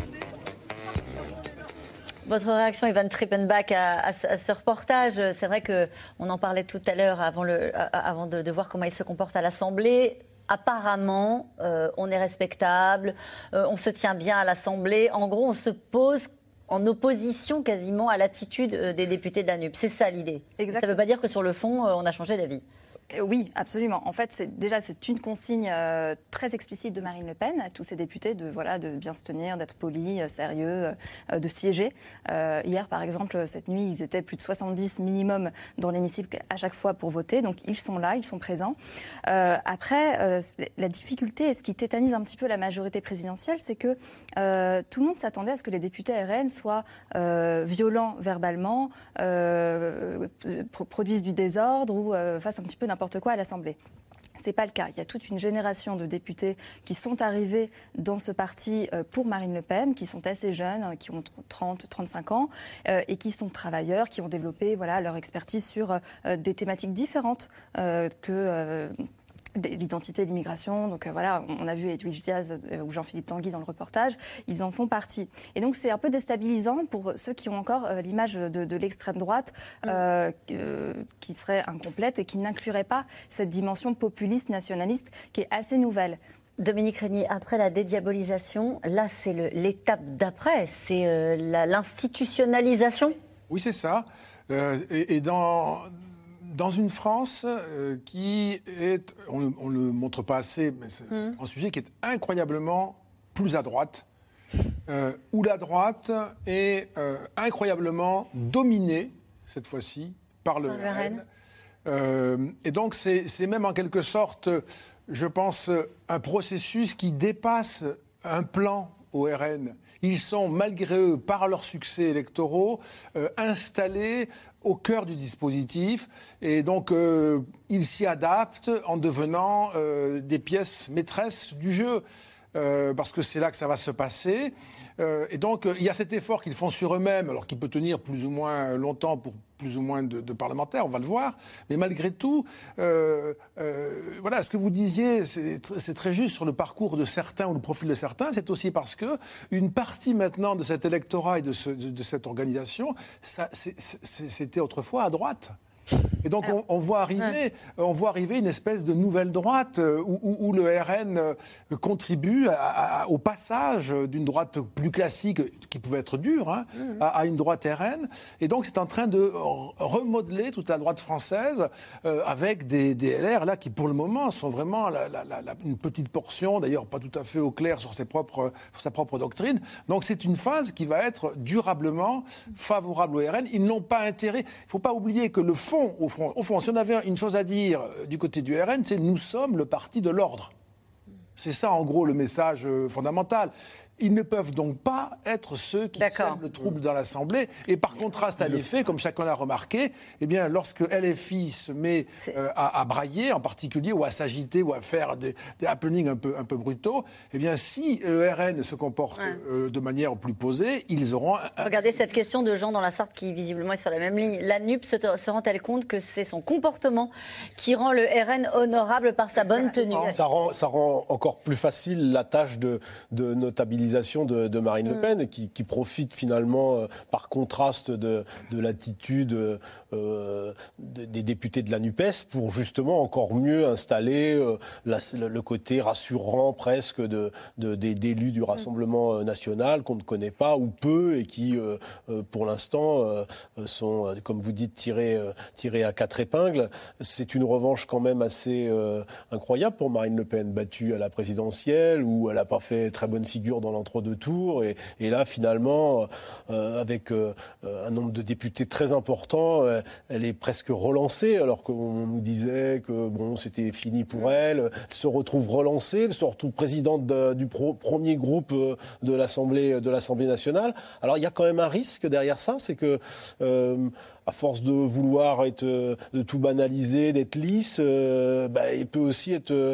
Votre réaction, Ivan Trippenbach, à ce reportage, c'est vrai qu'on en parlait tout à l'heure avant de voir comment il se comporte à l'Assemblée. Apparemment, on est respectable, on se tient bien à l'Assemblée. En gros, on se pose en opposition quasiment à l'attitude des députés de la NUP. C'est ça l'idée. Exactement. Ça ne veut pas dire que sur le fond, on a changé d'avis. Oui, absolument. En fait, c'est une consigne très explicite de Marine Le Pen à tous ces députés de bien se tenir, d'être polis, sérieux, de siéger. Hier, par exemple, cette nuit, ils étaient plus de 70 minimum dans l'hémicycle à chaque fois pour voter. Donc, ils sont là, ils sont présents. Après, la difficulté et ce qui tétanise un petit peu la majorité présidentielle, c'est que tout le monde s'attendait à ce que les députés RN soient violents verbalement, produisent du désordre ou fassent un petit peu n'importe quoi à l'Assemblée. Ce n'est pas le cas. Il y a toute une génération de députés qui sont arrivés dans ce parti pour Marine Le Pen, qui sont assez jeunes, qui ont 30, 35 ans, et qui sont travailleurs, qui ont développé leur expertise sur des thématiques différentes que l'identité et l'immigration. Donc on a vu Edwige Diaz ou Jean-Philippe Tanguy dans le reportage, ils en font partie. Et donc c'est un peu déstabilisant pour ceux qui ont encore l'image de l'extrême droite qui serait incomplète et qui n'inclurait pas cette dimension populiste, nationaliste qui est assez nouvelle. Dominique Régnier, après la dédiabolisation, là c'est l'étape d'après, c'est l'institutionnalisation. Oui, c'est ça. Et dans une France qui est, on ne le montre pas assez, mais c'est un sujet qui est incroyablement plus à droite, où la droite est incroyablement dominée, cette fois-ci, par le RN. Et donc c'est même en quelque sorte, je pense, un processus qui dépasse un plan au RN. Ils sont, malgré eux, par leurs succès électoraux, installés au cœur du dispositif. Et donc, ils s'y adaptent en devenant des pièces maîtresses du jeu. Parce que c'est là que ça va se passer. Et donc, il y a cet effort qu'ils font sur eux-mêmes, alors qu'il peut tenir plus ou moins longtemps pour plus ou moins de parlementaires, on va le voir. Mais malgré tout, voilà, ce que vous disiez, c'est très juste sur le parcours de certains ou le profil de certains. C'est aussi parce que une partie maintenant de cet électorat et de cette organisation, c'était autrefois à droite. Et donc on voit arriver une espèce de nouvelle droite où le RN contribue au passage d'une droite plus classique, qui pouvait être dure, à une droite RN. Et donc c'est en train de remodeler toute la droite française avec des LR là qui pour le moment sont vraiment une petite portion, d'ailleurs pas tout à fait au clair sur sa propre doctrine. Donc c'est une phase qui va être durablement favorable au RN. Ils n'ont pas intérêt. Il ne faut pas oublier que au au fond. Au fond, si on avait une chose à dire du côté du RN, c'est nous sommes le parti de l'ordre. C'est ça, en gros, le message fondamental. Ils ne peuvent donc pas être ceux qui sèment le trouble dans l'Assemblée. Et par contraste à l'effet, comme chacun l'a remarqué, eh bien, lorsque LFI se met à brailler, en particulier, ou à s'agiter, ou à faire des happenings un peu brutaux, eh bien, si le RN se comporte de manière plus posée, ils auront... Regardez cette question de Jean dans la Sarthe qui, visiblement, est sur la même ligne. La NUP se rend-elle compte que c'est son comportement qui rend le RN honorable par sa bonne tenue? Ça rend encore plus facile la tâche de notabilisation de Marine Le Pen, qui profite finalement, par contraste de l'attitude des députés de la NUPES, pour justement encore mieux installer le côté rassurant presque d'élus du Rassemblement national qu'on ne connaît pas ou peu et qui, pour l'instant, sont, comme vous dites, tirés à quatre épingles. C'est une revanche quand même assez incroyable pour Marine Le Pen, battue à la présidentielle, où elle n'a pas fait très bonne figure dans l'entre-deux tours. Et là, finalement, avec un nombre de députés très important, elle est presque relancée, alors qu'on nous disait que bon, c'était fini pour elle. Elle se retrouve relancée, elle se retrouve présidente du premier groupe de l'Assemblée nationale. Alors, il y a quand même un risque derrière ça, c'est que... à force de vouloir de tout banaliser, d'être lisse, il peut aussi être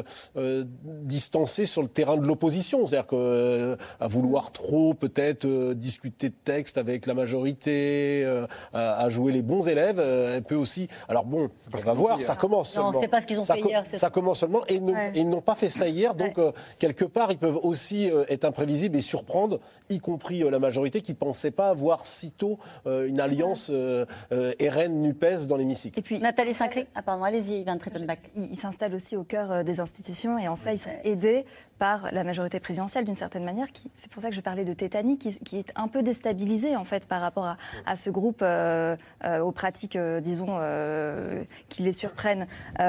distancé sur le terrain de l'opposition. C'est-à-dire qu'à vouloir trop peut-être discuter de texte avec la majorité, à jouer les bons élèves, elle peut aussi... Alors bon, on va voir, ça commence seulement. Non, c'est pas ce qu'ils ont fait hier. Ça commence seulement, et ils n'ont pas fait ça hier, donc quelque part, ils peuvent aussi être imprévisibles et surprendre, y compris la majorité qui ne pensait pas avoir si tôt une alliance... RN-NUPES dans l'hémicycle. Et puis Nathalie Sinclair, allez-y, Van Trippenbach. Ils s'installent aussi au cœur des institutions et en cela, ils sont aidés par la majorité présidentielle d'une certaine manière. C'est pour ça que je parlais de tétanie, qui est un peu déstabilisée en fait par rapport à ce groupe, aux pratiques, disons, qui les surprennent.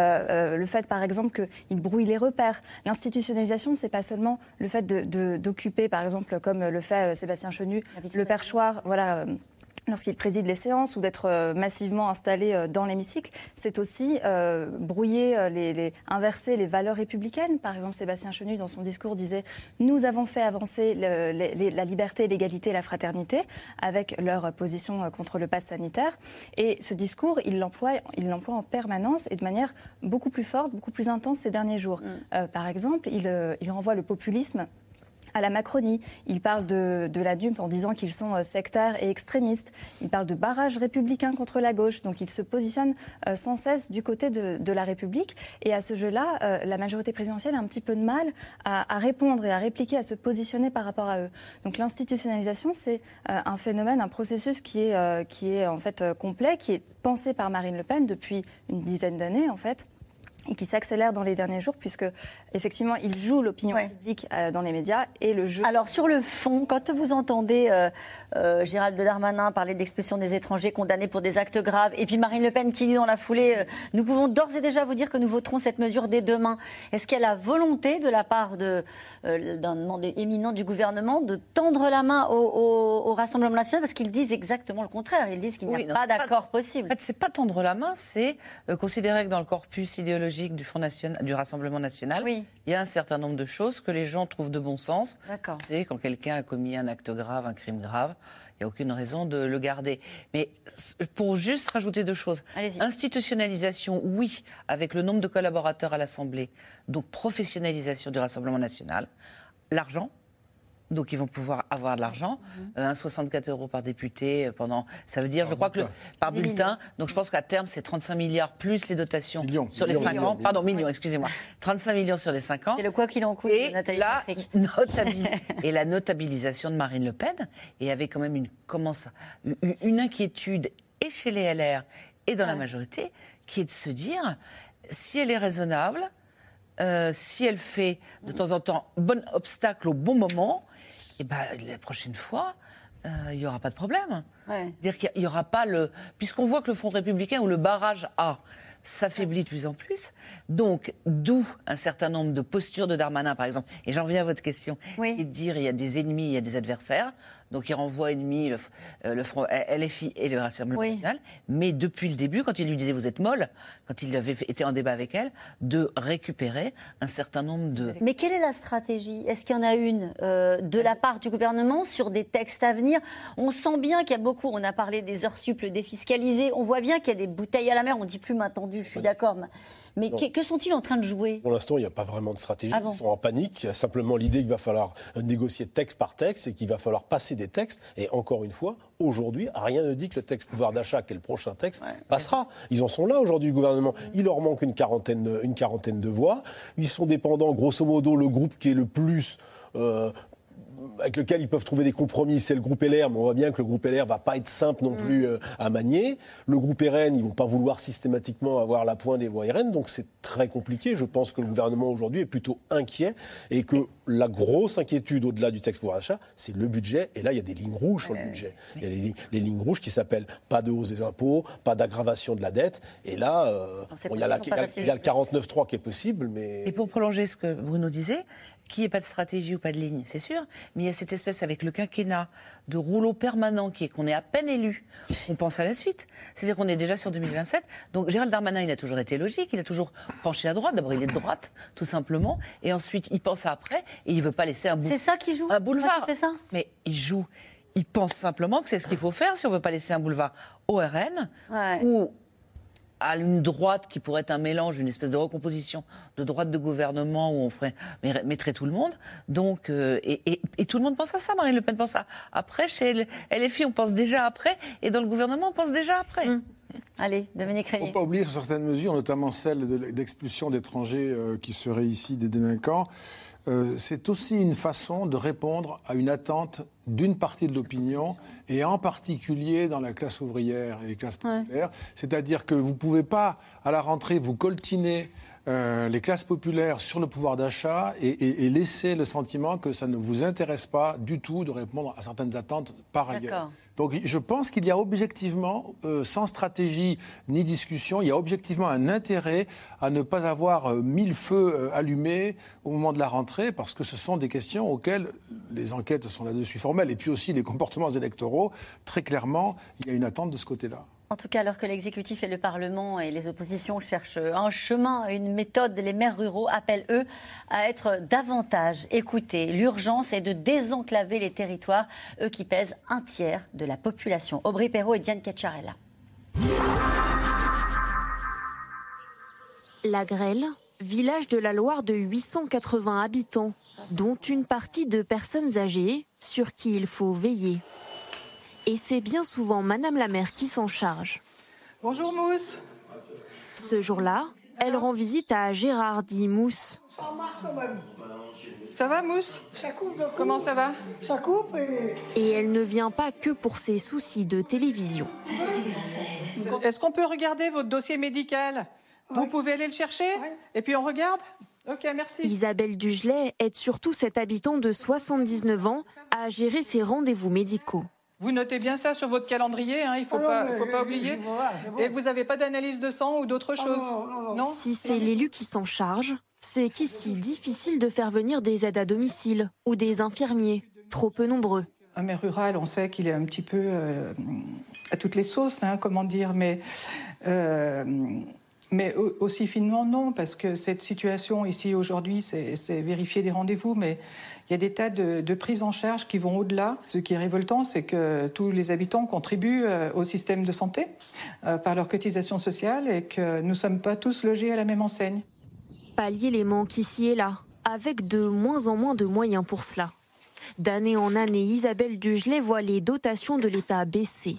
Le fait, par exemple, qu'ils brouillent les repères. L'institutionnalisation, c'est pas seulement le fait d'occuper, par exemple, comme le fait Sébastien Chenu, le perchoir, voilà... lorsqu'il préside les séances ou d'être massivement installé dans l'hémicycle, c'est aussi brouiller, inverser les valeurs républicaines. Par exemple, Sébastien Chenu, dans son discours, disait « Nous avons fait avancer la liberté, l'égalité et la fraternité » avec leur position contre le pass sanitaire. Et ce discours, il l'emploie en permanence et de manière beaucoup plus forte, beaucoup plus intense ces derniers jours. Par exemple, il renvoie le populisme à la Macronie. Il parle de la NUP en disant qu'ils sont sectaires et extrémistes. Il parle de barrage républicain contre la gauche. Donc il se positionne sans cesse du côté de la République. Et à ce jeu-là, la majorité présidentielle a un petit peu de mal à répondre et à répliquer, à se positionner par rapport à eux. Donc l'institutionnalisation, c'est un phénomène, un processus qui est en fait complet, qui est pensé par Marine Le Pen depuis une dizaine d'années en fait, et qui s'accélère dans les derniers jours, puisque, effectivement, il joue l'opinion publique dans les médias et le jeu... Alors, sur le fond, quand vous entendez Gérald Darmanin parler d'expulsion des étrangers condamnés pour des actes graves, et puis Marine Le Pen qui dit dans la foulée nous pouvons d'ores et déjà vous dire que nous voterons cette mesure dès demain. Est-ce qu'il y a la volonté de la part d'un membre éminent du gouvernement de tendre la main au Rassemblement national, parce qu'ils disent exactement le contraire. Ils disent qu'il n'y a pas d'accord possible. En fait, c'est pas tendre la main, c'est considérer que dans le corpus idéologique du Front National, du Rassemblement national, il y a un certain nombre de choses que les gens trouvent de bon sens. C'est quand quelqu'un a commis un acte grave, un crime grave, il n'y a aucune raison de le garder. Mais pour juste rajouter deux choses. Institutionnalisation, oui, avec le nombre de collaborateurs à l'Assemblée, donc professionnalisation du Rassemblement national, l'argent. Donc ils vont pouvoir avoir de l'argent, 64 € par député pendant, ça veut dire, je crois que par bulletin. Donc je pense qu'à terme c'est 35 milliards plus les dotations sur les 5 ans. Pardon, millions, excusez-moi. 35 millions sur les 5 ans. C'est le quoi qu'il en coûte. Et de Nathalie et la notabilisation de Marine Le Pen, et avec quand même une inquiétude et chez les LR et dans la majorité, qui est de se dire si elle est raisonnable, si elle fait de temps en temps bon obstacle au bon moment. Et la prochaine fois, il n'y aura pas de problème. C'est-à-dire qu'il n'y aura pas puisqu'on voit que le Front républicain ou le barrage A s'affaiblit de plus en plus. Donc, d'où un certain nombre de postures de Darmanin, par exemple. Et j'en reviens à votre question. Et de dire il y a des ennemis, il y a des adversaires. Donc il renvoie ennemi le Front LFI et le Rassemblement national. Mais depuis le début, quand il lui disait vous êtes molle, quand il avait été en débat avec elle, de récupérer un certain nombre de... Mais quelle est la stratégie? Est-ce qu'il y en a une de la part du gouvernement sur des textes à venir? On sent bien qu'il y a beaucoup, on a parlé des heures sup défiscalisées, on voit bien qu'il y a des bouteilles à la mer, on ne dit plus main tendue, je suis d'accord. Mais que sont-ils en train de jouer? Pour l'instant, il n'y a pas vraiment de stratégie. Ils sont en panique. Il y a simplement l'idée qu'il va falloir négocier texte par texte et qu'il va falloir passer des textes. Et encore une fois, aujourd'hui, rien ne dit que le texte pouvoir d'achat, qui est le prochain texte, passera. Ils en sont là aujourd'hui, le gouvernement. Il leur manque une quarantaine de voix. Ils sont dépendants, grosso modo, le groupe qui est le plus... avec lequel ils peuvent trouver des compromis, c'est le groupe LR, mais on voit bien que le groupe LR ne va pas être simple non plus à manier. Le groupe RN, ils ne vont pas vouloir systématiquement avoir la pointe des voix RN, donc c'est très compliqué. Je pense que le gouvernement aujourd'hui est plutôt inquiet et que la grosse inquiétude au-delà du texte pouvoir d'achat, c'est le budget. Et là, il y a des lignes rouges sur le budget. Il y a les lignes rouges qui s'appellent pas de hausse des impôts, pas d'aggravation de la dette. Et là, il y a le 49.3 qui est possible. Mais... Et pour prolonger ce que Bruno disait, qu'il n'y ait pas de stratégie ou pas de ligne, c'est sûr, mais il y a cette espèce avec le quinquennat de rouleau permanent qu'on est à peine élu, on pense à la suite. C'est-à-dire qu'on est déjà sur 2027. Donc Gérald Darmanin, il a toujours été logique, il a toujours penché à droite. D'abord, il est de droite, tout simplement, et ensuite, il pense à après, et il ne veut pas laisser C'est ça qui joue? Un boulevard. Fait ça mais il pense simplement que c'est ce qu'il faut faire si on ne veut pas laisser un boulevard au RN, ou à une droite qui pourrait être un mélange, une espèce de recomposition de droite de gouvernement où on mettrait tout le monde. Donc, et tout le monde pense à ça. Marine Le Pen pense à après. Chez LFI, on pense déjà après. Et dans le gouvernement, on pense déjà après. Allez, Dominique Régnier. Il ne faut pas oublier sur certaines mesures, notamment celle d'expulsion d'étrangers qui seraient ici des délinquants. C'est aussi une façon de répondre à une attente d'une partie de l'opinion, et en particulier dans la classe ouvrière et les classes populaires. C'est-à-dire que vous ne pouvez pas, à la rentrée, vous coltiner les classes populaires sur le pouvoir d'achat et laisser le sentiment que ça ne vous intéresse pas du tout de répondre à certaines attentes par ailleurs. Donc je pense qu'il y a objectivement, sans stratégie ni discussion, il y a objectivement un intérêt à ne pas avoir 1000 feux allumés au moment de la rentrée, parce que ce sont des questions auxquelles les enquêtes sont là-dessus formelles, et puis aussi les comportements électoraux. Très clairement, il y a une attente de ce côté-là. En tout cas, alors que l'exécutif et le Parlement et les oppositions cherchent un chemin, une méthode, les maires ruraux appellent, eux, à être davantage écoutés. L'urgence est de désenclaver les territoires, eux qui pèsent un tiers de la population. Aubry Perrault et Diane Cacciarella. La Grêle, village de la Loire de 880 habitants, dont une partie de personnes âgées sur qui il faut veiller. Et c'est bien souvent Madame la maire qui s'en charge. Bonjour Mousse. Ce jour-là, elle rend visite à Gérard dit Mousse. Ça va Mousse? Ça coupe. Comment ça va? Ça coupe Et elle ne vient pas que pour ses soucis de télévision. Est-ce qu'on peut regarder votre dossier médical? Vous pouvez aller le chercher? Et puis on regarde? Ok, merci. Isabelle Dugelet aide surtout cet habitant de 79 ans à gérer ses rendez-vous médicaux. Vous notez bien ça sur votre calendrier, il ne faut pas oublier. Et vous n'avez pas d'analyse de sang ou d'autre chose? Non. Si c'est l'élu qui s'en charge, c'est qu'ici, difficile de faire venir des aides à domicile ou des infirmiers, trop peu nombreux. Un maire rural, on sait qu'il est un petit peu à toutes les sauces, comment dire, mais aussi finement, non, parce que cette situation ici aujourd'hui, c'est vérifier des rendez-vous, mais il y a des tas de prises en charge qui vont au-delà. Ce qui est révoltant, c'est que tous les habitants contribuent au système de santé par leur cotisation sociale et que nous ne sommes pas tous logés à la même enseigne. Pallier les manques ici et là, avec de moins en moins de moyens pour cela. D'année en année, Isabelle Dugelet voit les dotations de l'État baisser.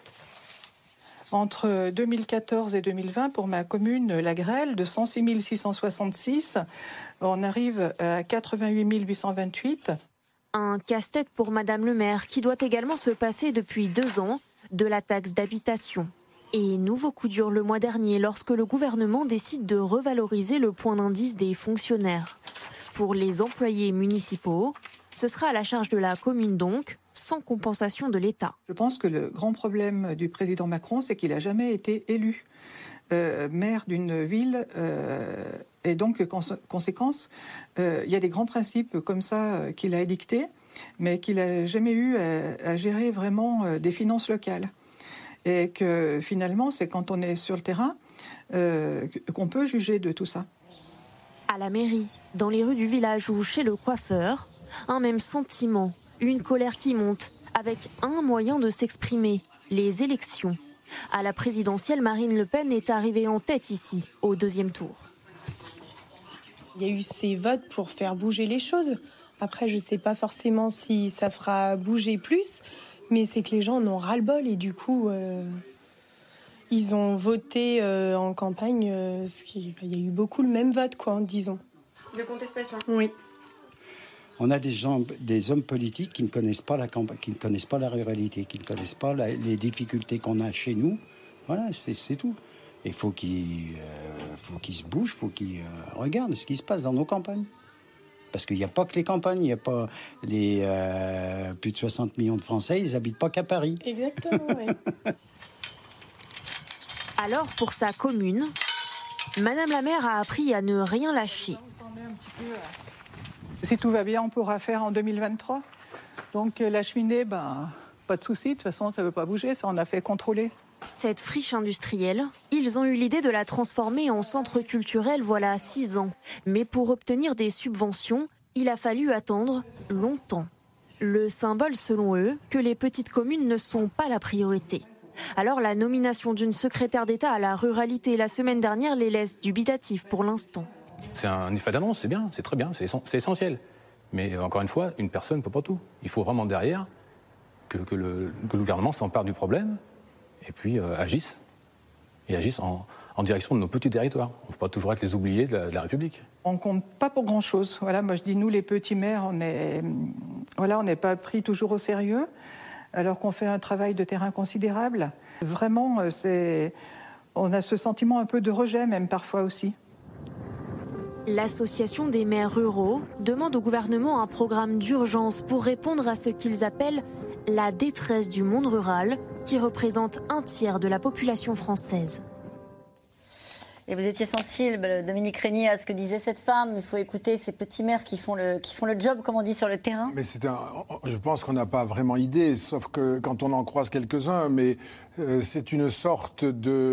Entre 2014 et 2020, pour ma commune, la Grêle, de 106 666, on arrive à 88 828. Un casse-tête pour Madame le maire, qui doit également se passer depuis 2 ans de la taxe d'habitation. Et nouveau coup dur le mois dernier, lorsque le gouvernement décide de revaloriser le point d'indice des fonctionnaires. Pour les employés municipaux, ce sera à la charge de la commune donc, sans compensation de l'État. Je pense que le grand problème du président Macron, c'est qu'il n'a jamais été élu maire d'une ville. Et donc, conséquence, il y a des grands principes comme ça qu'il a édictés. mais qu'il n'a jamais eu à gérer vraiment des finances locales. Et que finalement, c'est quand on est sur le terrain qu'on peut juger de tout ça. À la mairie, dans les rues du village ou chez le coiffeur, un même sentiment, une colère qui monte, avec un moyen de s'exprimer, les élections. À la présidentielle, Marine Le Pen est arrivée en tête ici, au deuxième tour. Il y a eu ces votes pour faire bouger les choses. Après, je ne sais pas forcément si ça fera bouger plus, mais c'est que les gens en ont ras-le-bol et du coup, ils ont voté en campagne. Il y a eu beaucoup le même vote, quoi, disons. De contestation. Oui. On a des hommes politiques qui ne connaissent pas la campagne, qui ne connaissent pas la ruralité, qui ne connaissent pas les difficultés qu'on a chez nous. Voilà, c'est tout. Il faut qu'ils se bougent, il faut qu'ils regardent ce qui se passe dans nos campagnes. Parce qu'il n'y a pas que les campagnes, il n'y a pas les plus de 60 millions de Français, ils n'habitent pas qu'à Paris. Exactement, oui. Alors, pour sa commune, Madame la maire a appris à ne rien lâcher. Si tout va bien, on pourra faire en 2023. Donc la cheminée, pas de souci, de toute façon, ça ne veut pas bouger, ça on a fait contrôler. Cette friche industrielle, ils ont eu l'idée de la transformer en centre culturel voilà 6 ans. Mais pour obtenir des subventions, il a fallu attendre longtemps. Le symbole, selon eux, que les petites communes ne sont pas la priorité. Alors la nomination d'une secrétaire d'État à la ruralité la semaine dernière les laisse dubitatifs pour l'instant. C'est un effet d'annonce, c'est bien, c'est très bien, c'est essentiel. Mais encore une fois, une personne ne peut pas tout. Il faut vraiment derrière que le gouvernement s'empare du problème et puis agisse. Et agisse en direction de nos petits territoires. On ne peut pas toujours être les oubliés de la République. On ne compte pas pour grand-chose. Voilà, moi je dis, nous les petits maires, on n'est pas pris toujours au sérieux, alors qu'on fait un travail de terrain considérable. Vraiment, on a ce sentiment un peu de rejet même parfois aussi. L'Association des maires ruraux demande au gouvernement un programme d'urgence pour répondre à ce qu'ils appellent la détresse du monde rural, qui représente 1/3 de la population française. Et vous étiez sensible, Dominique Régnier, à ce que disait cette femme. Il faut écouter ces petits maires qui font le job, comme on dit, sur le terrain. Mais je pense qu'on n'a pas vraiment idée, sauf que quand on en croise quelques-uns, mais c'est une sorte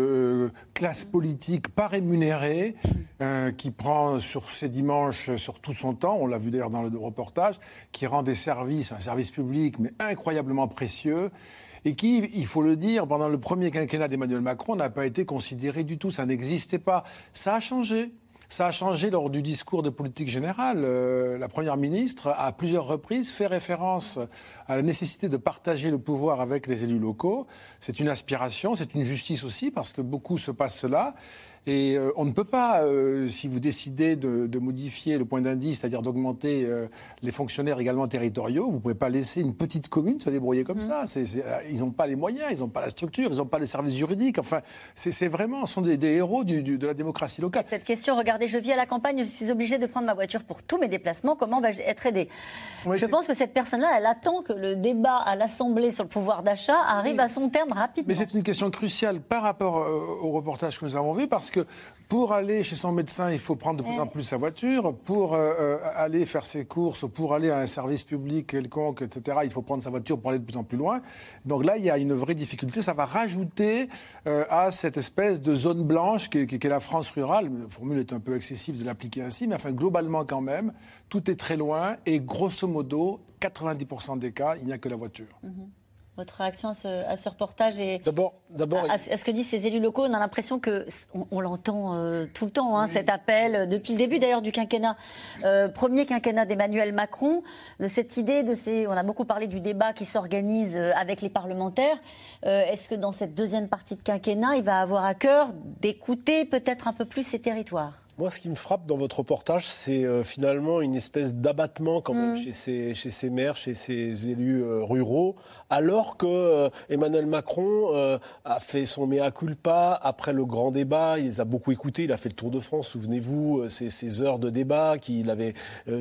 de classe politique pas rémunérée qui prend sur ses dimanches, sur tout son temps, on l'a vu d'ailleurs dans le reportage, qui rend des services, un service public, mais incroyablement précieux. Et qui, il faut le dire, pendant le premier quinquennat d'Emmanuel Macron, n'a pas été considéré du tout. Ça n'existait pas. Ça a changé. Ça a changé lors du discours de politique générale. La Première ministre, a à plusieurs reprises, fait référence à la nécessité de partager le pouvoir avec les élus locaux. C'est une aspiration, c'est une justice aussi, parce que beaucoup se passe là. Et on ne peut pas, si vous décidez de modifier le point d'indice, c'est-à-dire d'augmenter les fonctionnaires également territoriaux, vous ne pouvez pas laisser une petite commune se débrouiller comme ça. Ils n'ont pas les moyens, ils n'ont pas la structure, ils n'ont pas les services juridiques. Enfin, c'est vraiment, ce sont des héros de la démocratie locale. Cette question, regardez, je vis à la campagne, je suis obligée de prendre ma voiture pour tous mes déplacements, comment vais-je être aidée ? Je pense que cette personne-là, elle attend que le débat à l'Assemblée sur le pouvoir d'achat arrive à son terme rapidement. Mais c'est une question cruciale par rapport au reportage que nous avons vu, parce que pour aller chez son médecin, il faut prendre de plus en plus sa voiture. Pour aller faire ses courses, pour aller à un service public quelconque, etc., il faut prendre sa voiture pour aller de plus en plus loin. Donc là, il y a une vraie difficulté. Ça va rajouter à cette espèce de zone blanche qu'est la France rurale. La formule est un peu excessive de l'appliquer ainsi, mais enfin, globalement quand même, tout est très loin. Et grosso modo, 90% des cas, il n'y a que la voiture. Votre réaction à ce reportage et d'abord, à ce que disent ces élus locaux, on a l'impression qu'on l'entend tout le temps, cet appel, depuis le début d'ailleurs du quinquennat, premier quinquennat d'Emmanuel Macron, de cette idée, on a beaucoup parlé du débat qui s'organise avec les parlementaires. Est-ce que dans cette deuxième partie de quinquennat, il va avoir à cœur d'écouter peut-être un peu plus ces territoires ? Moi, ce qui me frappe dans votre reportage, c'est finalement une espèce d'abattement quand même chez ces maires, chez ces élus ruraux, alors que Emmanuel Macron a fait son mea culpa après le grand débat. Il les a beaucoup écoutés. Il a fait le tour de France. Souvenez-vous, ces heures de débat qu'il avait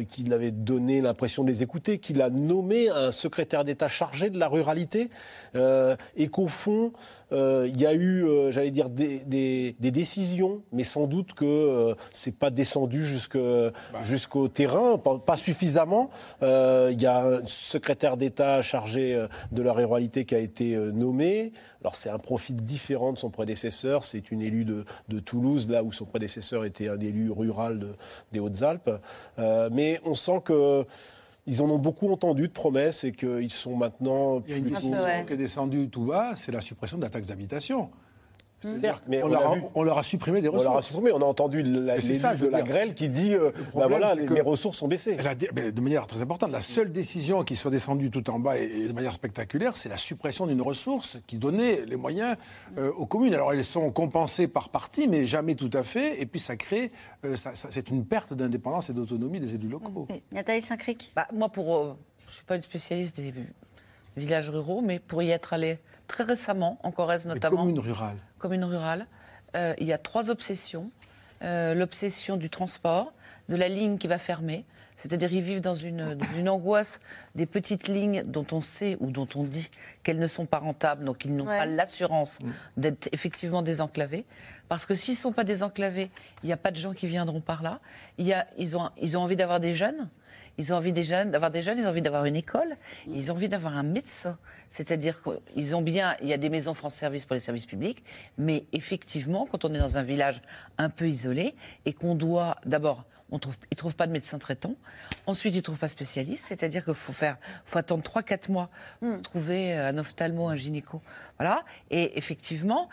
donné l'impression de les écouter, qu'il a nommé un secrétaire d'État chargé de la ruralité, et qu'au fond, il y a eu, j'allais dire, des décisions, mais sans doute que c'est pas descendu jusqu'au terrain, pas suffisamment. Il y a un secrétaire d'État chargé de la ruralité qui a été nommé. Alors c'est un profil différent de son prédécesseur. C'est une élue de Toulouse, là où son prédécesseur était un élu rural des Hautes-Alpes. Mais on sent que ils en ont beaucoup entendu de promesses et qu'ils sont maintenant... Il y a une décision qui est descendue tout bas, c'est la suppression de la taxe d'habitation. Certes, mais on leur a supprimé des ressources. On leur a supprimé. On a entendu l'élu de la grêle qui dit les ressources ont baissé. De manière très importante, la seule décision qui soit descendue tout en bas et de manière spectaculaire, c'est la suppression d'une ressource qui donnait les moyens aux communes. Alors elles sont compensées par partie, mais jamais tout à fait. Et puis ça crée, c'est une perte d'indépendance et d'autonomie des élus locaux. Nathalie Saint-Cric. Moi, je ne suis pas une spécialiste des villages ruraux, mais pour y être allée très récemment, en Corrèze notamment. Communes rurales. Il y a 3 obsessions. L'obsession du transport, de la ligne qui va fermer. C'est-à-dire ils vivent dans une angoisse des petites lignes dont on sait ou dont on dit qu'elles ne sont pas rentables, donc ils n'ont pas l'assurance d'être effectivement désenclavés. Parce que s'ils ne sont pas désenclavés, il n'y a pas de gens qui viendront par là. Ils ont envie d'avoir des jeunes. Ils ont envie d'avoir des jeunes, ils ont envie d'avoir une école, ils ont envie d'avoir un médecin. C'est-à-dire qu'il y a des maisons France Service pour les services publics, mais effectivement, quand on est dans un village un peu isolé et qu'on doit, d'abord, ils ne trouvent pas de médecin traitant, ensuite ils ne trouvent pas de spécialiste, c'est-à-dire qu'il faut attendre 3-4 mois pour trouver un ophtalmo, un gynéco. Voilà. Et effectivement,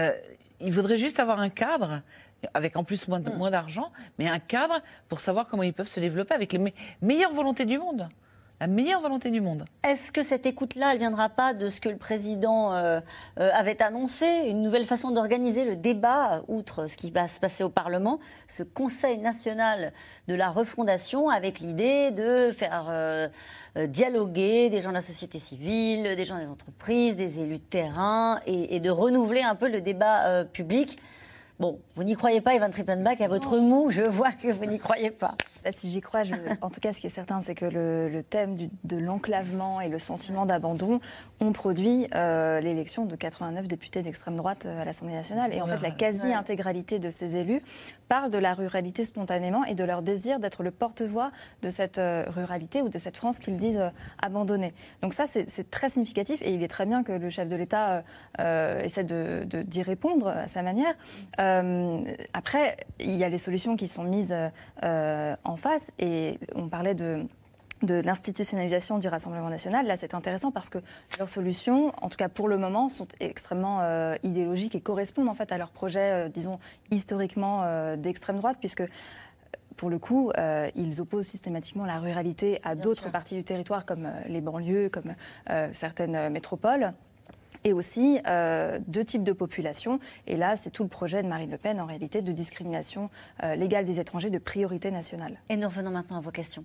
il faudrait juste avoir un cadre, avec en plus moins d'argent, mais un cadre pour savoir comment ils peuvent se développer avec les meilleures volontés du monde. La meilleure volonté du monde. Est-ce que cette écoute-là, elle ne viendra pas de ce que le président avait annoncé, une nouvelle façon d'organiser le débat, outre ce qui va se passer au Parlement, ce Conseil national de la refondation, avec l'idée de faire dialoguer des gens de la société civile, des gens des entreprises, des élus de terrain, et de renouveler un peu le débat public. Bon, vous n'y croyez pas, Evan Trippenbach, à votre mou, je vois que vous n'y croyez pas. Si j'y crois, en tout cas, ce qui est certain, c'est que le thème de l'enclavement et le sentiment d'abandon ont produit l'élection de 89 députés d'extrême droite à l'Assemblée nationale. Et en fait, la quasi-intégralité de ces élus parlent de la ruralité spontanément et de leur désir d'être le porte-voix de cette ruralité ou de cette France qu'ils disent abandonnée. Donc ça, c'est très significatif et il est très bien que le chef de l'État essaie d'y répondre à sa manière. Après, il y a les solutions qui sont mises en face et on parlait de l'institutionnalisation du Rassemblement national. Là, c'est intéressant parce que leurs solutions, en tout cas pour le moment, sont extrêmement idéologiques et correspondent en fait à leur projet, disons, historiquement d'extrême droite, puisque pour le coup, ils opposent systématiquement la ruralité à d'autres parties du territoire, comme les banlieues, comme certaines métropoles. Et aussi 2 types de populations. Et là, c'est tout le projet de Marine Le Pen, en réalité, de discrimination légale des étrangers de priorité nationale. Et nous revenons maintenant à vos questions.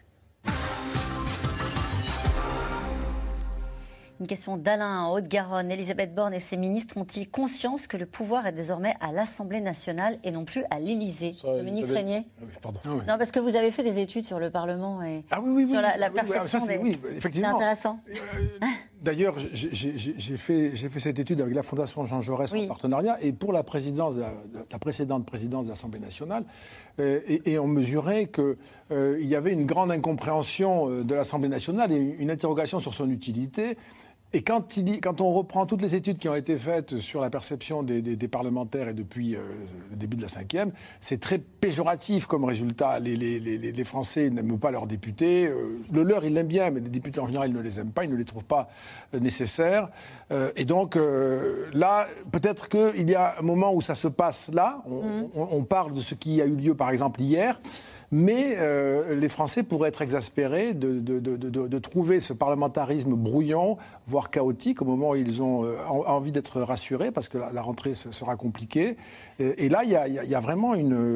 Une question d'Alain en Haute-Garonne. Elisabeth Borne et ses ministres ont-ils conscience que le pouvoir est désormais à l'Assemblée nationale et non plus à l'Élysée? Dominique Régnier. Non, parce que vous avez fait des études sur le Parlement et sur la perception effectivement. C'est intéressant. D'ailleurs, j'ai fait cette étude avec la Fondation Jean Jaurès en partenariat et pour la présidence, la précédente présidence de l'Assemblée nationale, et on mesurait qu'il y avait une grande incompréhension de l'Assemblée nationale et une interrogation sur son utilité. Et quand on reprend toutes les études qui ont été faites sur la perception des parlementaires et depuis le début de la 5e, c'est très péjoratif comme résultat. Les Français n'aiment pas leurs députés. Le leur, ils l'aiment bien, mais les députés en général, ils ne les aiment pas, ils ne les trouvent pas nécessaires. Et donc là, peut-être qu'il y a un moment où ça se passe là. On parle de ce qui a eu lieu, par exemple, hier. Mais les Français pourraient être exaspérés de trouver ce parlementarisme brouillon, voire chaotique, au moment où ils ont envie d'être rassurés, parce que la rentrée sera compliquée. Et là, il y a vraiment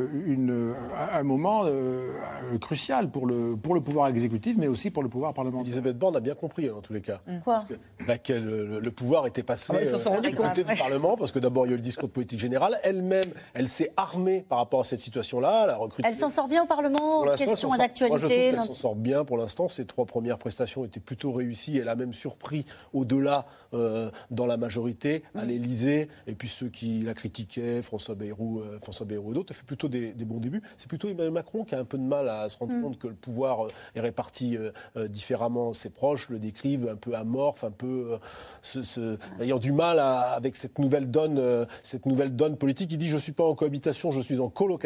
un moment crucial pour le pouvoir exécutif, mais aussi pour le pouvoir parlementaire. Elisabeth Borne a bien compris, dans tous les cas. Quoi ? Que le pouvoir était passé du côté du Parlement, parce que d'abord, il y a eu le discours de politique générale. Elle-même, elle s'est armée par rapport à cette situation-là. Elle s'en sort bien au Parlement, question d'actualité. Moi, je trouve qu'elle s'en sort bien pour l'instant. Ses 3 premières prestations étaient plutôt réussies. Elle a même surpris au-delà dans la majorité, à l'Élysée. Et puis ceux qui la critiquaient, François Bayrou et d'autres, elle fait plutôt des bons débuts. C'est plutôt Emmanuel Macron qui a un peu de mal à se rendre compte que le pouvoir est réparti différemment. Ses proches le décrivent un peu amorphe, un peu ayant du mal avec cette nouvelle donne politique. Il dit « je ne suis pas en cohabitation, je suis en colocation ».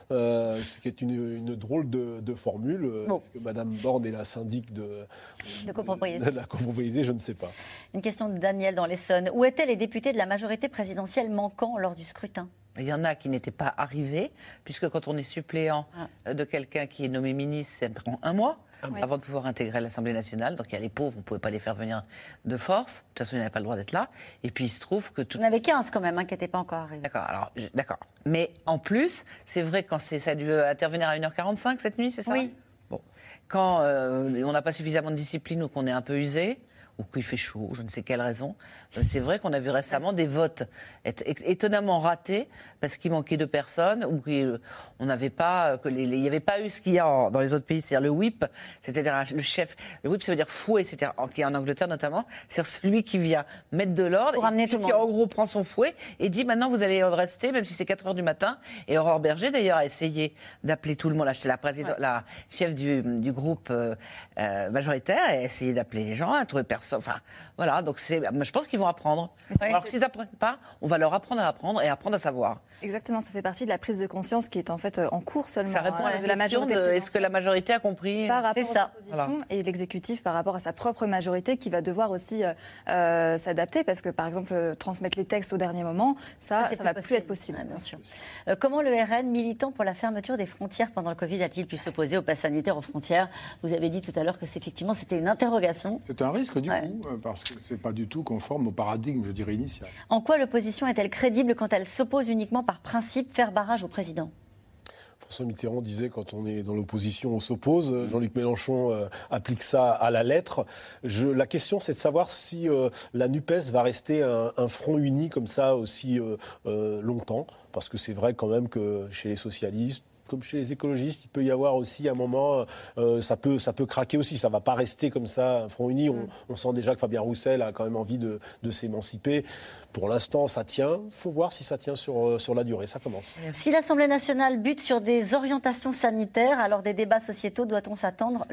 Ce qui est une drôle de formule. Est-ce que Mme Borne est la syndic de la copropriété, je ne sais pas. Une question de Daniel dans l'Essonne. Où étaient les députés de la majorité présidentielle manquant lors du scrutin ? Il y en a qui n'étaient pas arrivés, puisque quand on est suppléant de quelqu'un qui est nommé ministre, ça prend 1 mois avant de pouvoir intégrer l'Assemblée nationale. Donc il y a les pauvres, vous ne pouvez pas les faire venir de force. De toute façon, ils n'avaient pas le droit d'être là. Et puis il se trouve que tout... Il y en avait 15 quand même qui n'étaient pas encore arrivés. D'accord. Mais en plus, c'est vrai, quand ça a dû intervenir à 1h45 cette nuit, c'est ça ? Oui. Bon. Quand on n'a pas suffisamment de discipline ou qu'on est un peu usé, ou qu'il fait chaud, je ne sais quelle raison. C'est vrai qu'on a vu récemment des votes être étonnamment ratés parce qu'il manquait de personnes ou qu'on n'avait pas, il n'y avait pas eu ce qu'il y a dans les autres pays, c'est-à-dire le whip, c'est-à-dire le chef. Le whip, ça veut dire fouet, c'est-à-dire qui est en Angleterre notamment, c'est-à-dire celui qui vient mettre de l'ordre, et qui en gros prend son fouet et dit maintenant vous allez rester, même si c'est 4h du matin. Et Aurore Berger d'ailleurs a essayé d'appeler tout le monde. Là, c'est la chef du groupe majoritaire, a essayé d'appeler les gens, a trouvé personne. Enfin, voilà, donc je pense qu'ils vont apprendre. Alors s'ils n'apprennent pas, on va leur apprendre à apprendre et apprendre à savoir. Exactement, ça fait partie de la prise de conscience qui est en fait en cours seulement. Ça répond à la question est-ce que la majorité a compris par rapport à l'opposition et l'exécutif par rapport à sa propre majorité qui va devoir aussi s'adapter parce que par exemple transmettre les textes au dernier moment, ça va plus être possible. Bien sûr. Comment le RN, militant pour la fermeture des frontières pendant le Covid, a-t-il pu s'opposer au pass sanitaire aux frontières ? Vous avez dit tout à l'heure que effectivement c'était une interrogation. C'est un risque du coup, parce que c'est pas du tout conforme au paradigme, je dirais, initial. En quoi l'opposition est-elle crédible quand elle s'oppose uniquement par principe, faire barrage au président ? François Mitterrand disait quand on est dans l'opposition, on s'oppose. Jean-Luc Mélenchon applique ça à la lettre. La question, c'est de savoir si la NUPES va rester un front uni comme ça aussi longtemps. Parce que c'est vrai quand même que chez les socialistes, comme chez les écologistes, il peut y avoir aussi un moment, ça peut craquer aussi. Ça ne va pas rester comme ça, un front uni. On sent déjà que Fabien Roussel a quand même envie de s'émanciper. Pour l'instant, ça tient. Il faut voir si ça tient sur la durée. Ça commence. Si l'Assemblée nationale bute sur des orientations sanitaires, alors lors des débats sociétaux, doit-on s'attendre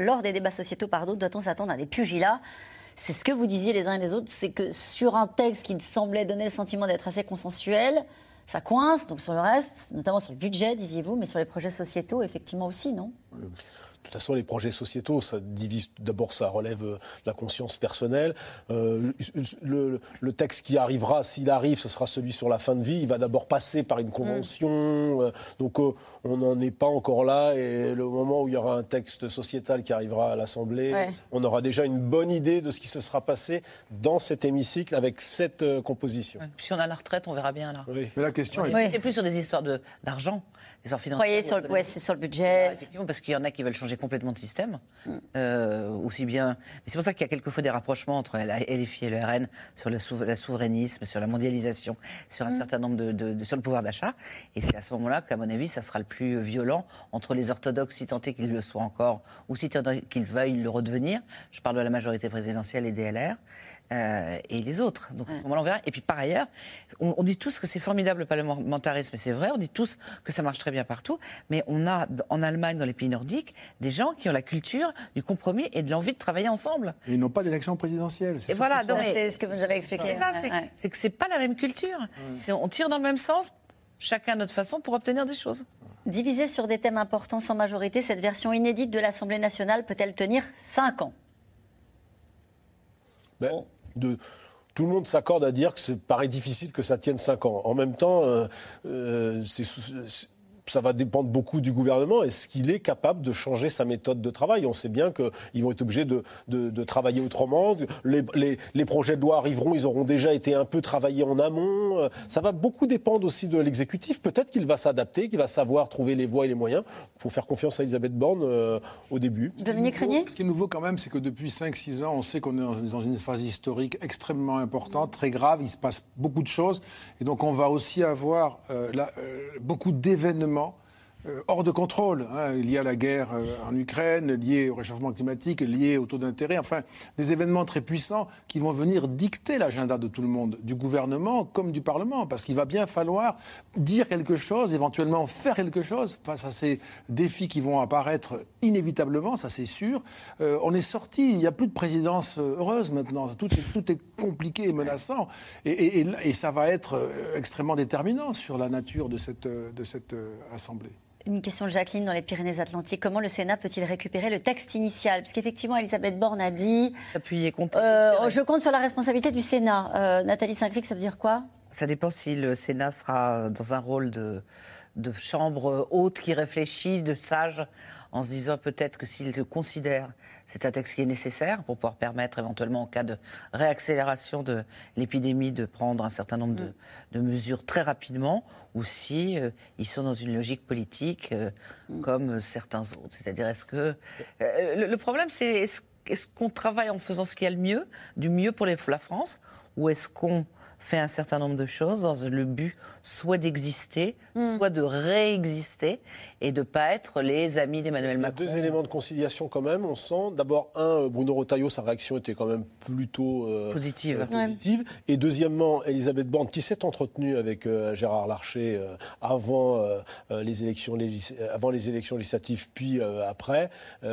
à des pugilats ? C'est ce que vous disiez les uns et les autres, c'est que sur un texte qui semblait donner le sentiment d'être assez consensuel, ça coince, donc sur le reste, notamment sur le budget, disiez-vous, mais sur les projets sociétaux, effectivement aussi, non ? De toute façon, les projets sociétaux, ça divise. D'abord, ça relève la conscience personnelle. Le texte qui arrivera, s'il arrive, ce sera celui sur la fin de vie. Il va d'abord passer par une convention. Donc, on n'en est pas encore là. Et le moment où il y aura un texte sociétal qui arrivera à l'Assemblée, on aura déjà une bonne idée de ce qui se sera passé dans cet hémicycle avec cette composition. Puis si on a la retraite, on verra bien là. Oui. Mais la question c'est plus sur des histoires d'argent. Vous croyez c'est sur le budget. Effectivement, parce qu'il y en a qui veulent changer complètement de système. Aussi bien. C'est pour ça qu'il y a quelquefois des rapprochements entre LFI et le RN sur le souverainisme, sur la mondialisation, sur un certain nombre sur le pouvoir d'achat. Et c'est à ce moment-là qu'à mon avis, ça sera le plus violent entre les orthodoxes, si tant est qu'ils le soient encore, ou si tant est qu'ils veuillent le redevenir. Je parle de la majorité présidentielle et des LR. Et les autres. Donc à ce moment-là, on verra. Et puis par ailleurs, on dit tous que c'est formidable le parlementarisme, et c'est vrai, on dit tous que ça marche très bien partout, mais on a en Allemagne, dans les pays nordiques, des gens qui ont la culture du compromis et de l'envie de travailler ensemble. Et ils n'ont pas d'élection présidentielle. Et voilà, c'est ce que vous avez expliqué. C'est ça, c'est que c'est pas la même culture. On tire dans le même sens, chacun à notre façon, pour obtenir des choses. Divisée sur des thèmes importants sans majorité, cette version inédite de l'Assemblée nationale peut-elle tenir 5 ans ? Tout le monde s'accorde à dire que ça paraît difficile que ça tienne 5 ans. En même temps, ça va dépendre beaucoup du gouvernement. Est-ce qu'il est capable de changer sa méthode de travail? On sait bien qu'ils vont être obligés de travailler autrement. Les projets de loi arriveront, ils auront déjà été un peu travaillés en amont. Ça va beaucoup dépendre aussi de l'exécutif. Peut-être qu'il va s'adapter, qu'il va savoir trouver les voies et les moyens. Il faut faire confiance à Elisabeth Borne au début. Dominique Régnier ? Ce qui est nouveau quand même, c'est que depuis 5-6 ans, on sait qu'on est dans une phase historique extrêmement importante, très grave. Il se passe beaucoup de choses. Et donc on va aussi avoir beaucoup d'événements hors de contrôle, liés à la guerre en Ukraine, liés au réchauffement climatique, liés au taux d'intérêt, enfin des événements très puissants qui vont venir dicter l'agenda de tout le monde, du gouvernement comme du Parlement, parce qu'il va bien falloir dire quelque chose, éventuellement faire quelque chose face à ces défis qui vont apparaître inévitablement, ça c'est sûr. On est sorti, il n'y a plus de présidence heureuse maintenant, tout est compliqué et menaçant, et ça va être extrêmement déterminant sur la nature de cette Assemblée. Une question de Jacqueline dans les Pyrénées-Atlantiques. Comment le Sénat peut-il récupérer le texte initial ? Puisqu'effectivement, Elisabeth Borne a dit... S'appuyer contre... je compte sur la responsabilité du Sénat. Nathalie Saint-Cric, ça veut dire quoi ? Ça dépend si le Sénat sera dans un rôle de chambre haute qui réfléchit, de sage, en se disant peut-être que s'il le considère, c'est un texte qui est nécessaire pour pouvoir permettre éventuellement en cas de réaccélération de l'épidémie de prendre un certain nombre de mesures très rapidement, ou si ils sont dans une logique politique comme certains autres. C'est-à-dire, est-ce que... le problème, c'est est-ce qu'on travaille en faisant ce qu'il y a du mieux pour la France, ou est-ce qu'on fait un certain nombre de choses dans le but soit d'exister, soit de réexister et de ne pas être les amis d'Emmanuel Macron. Il y a deux éléments de conciliation quand même, on sent. D'abord, Bruno Retailleau, sa réaction était quand même plutôt positive. Et deuxièmement, Elisabeth Borne, qui s'est entretenue avec Gérard Larcher avant les élections législatives, puis après,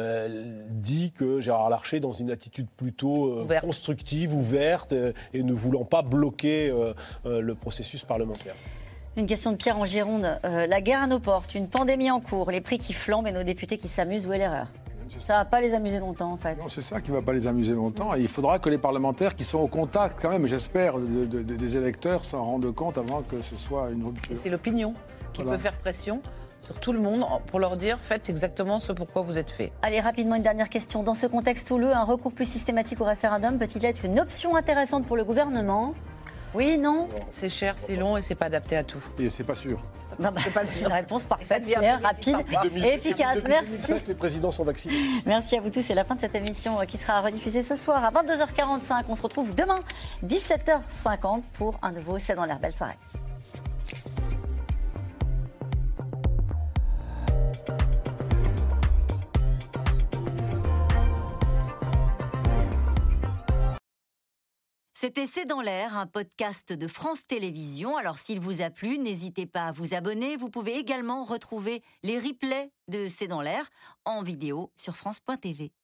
dit que Gérard Larcher, dans une attitude plutôt constructive, ouverte, et ne voulant pas bloquer le processus parlementaire. Une question de Pierre en Gironde. La guerre à nos portes, une pandémie en cours, les prix qui flambent et nos députés qui s'amusent, où est l'erreur ? Ça ne va pas les amuser longtemps, en fait. Non, c'est ça qui ne va pas les amuser longtemps. Et il faudra que les parlementaires qui sont au contact, quand même, j'espère, des électeurs s'en rendent compte avant que ce soit une rupture. Et c'est l'opinion qui peut faire pression sur tout le monde pour leur dire faites exactement ce pourquoi vous êtes fait. Allez, rapidement, une dernière question. Dans ce contexte houleux, un recours plus systématique au référendum peut-il être une option intéressante pour le gouvernement ? Oui, non ? C'est cher, c'est long et c'est pas adapté à tout. Et c'est pas sûr. Non, c'est pas sûr. Une réponse parfaite, claire, rapide et efficace. Merci. 2005, les présidents sont vaccinés. Merci à vous tous. C'est la fin de cette émission qui sera rediffusée ce soir à 22h45. On se retrouve demain, 17h50 pour un nouveau C'est dans l'air. Belle soirée. C'était C'est dans l'air, un podcast de France Télévisions. Alors s'il vous a plu, n'hésitez pas à vous abonner. Vous pouvez également retrouver les replays de C'est dans l'air en vidéo sur France.tv.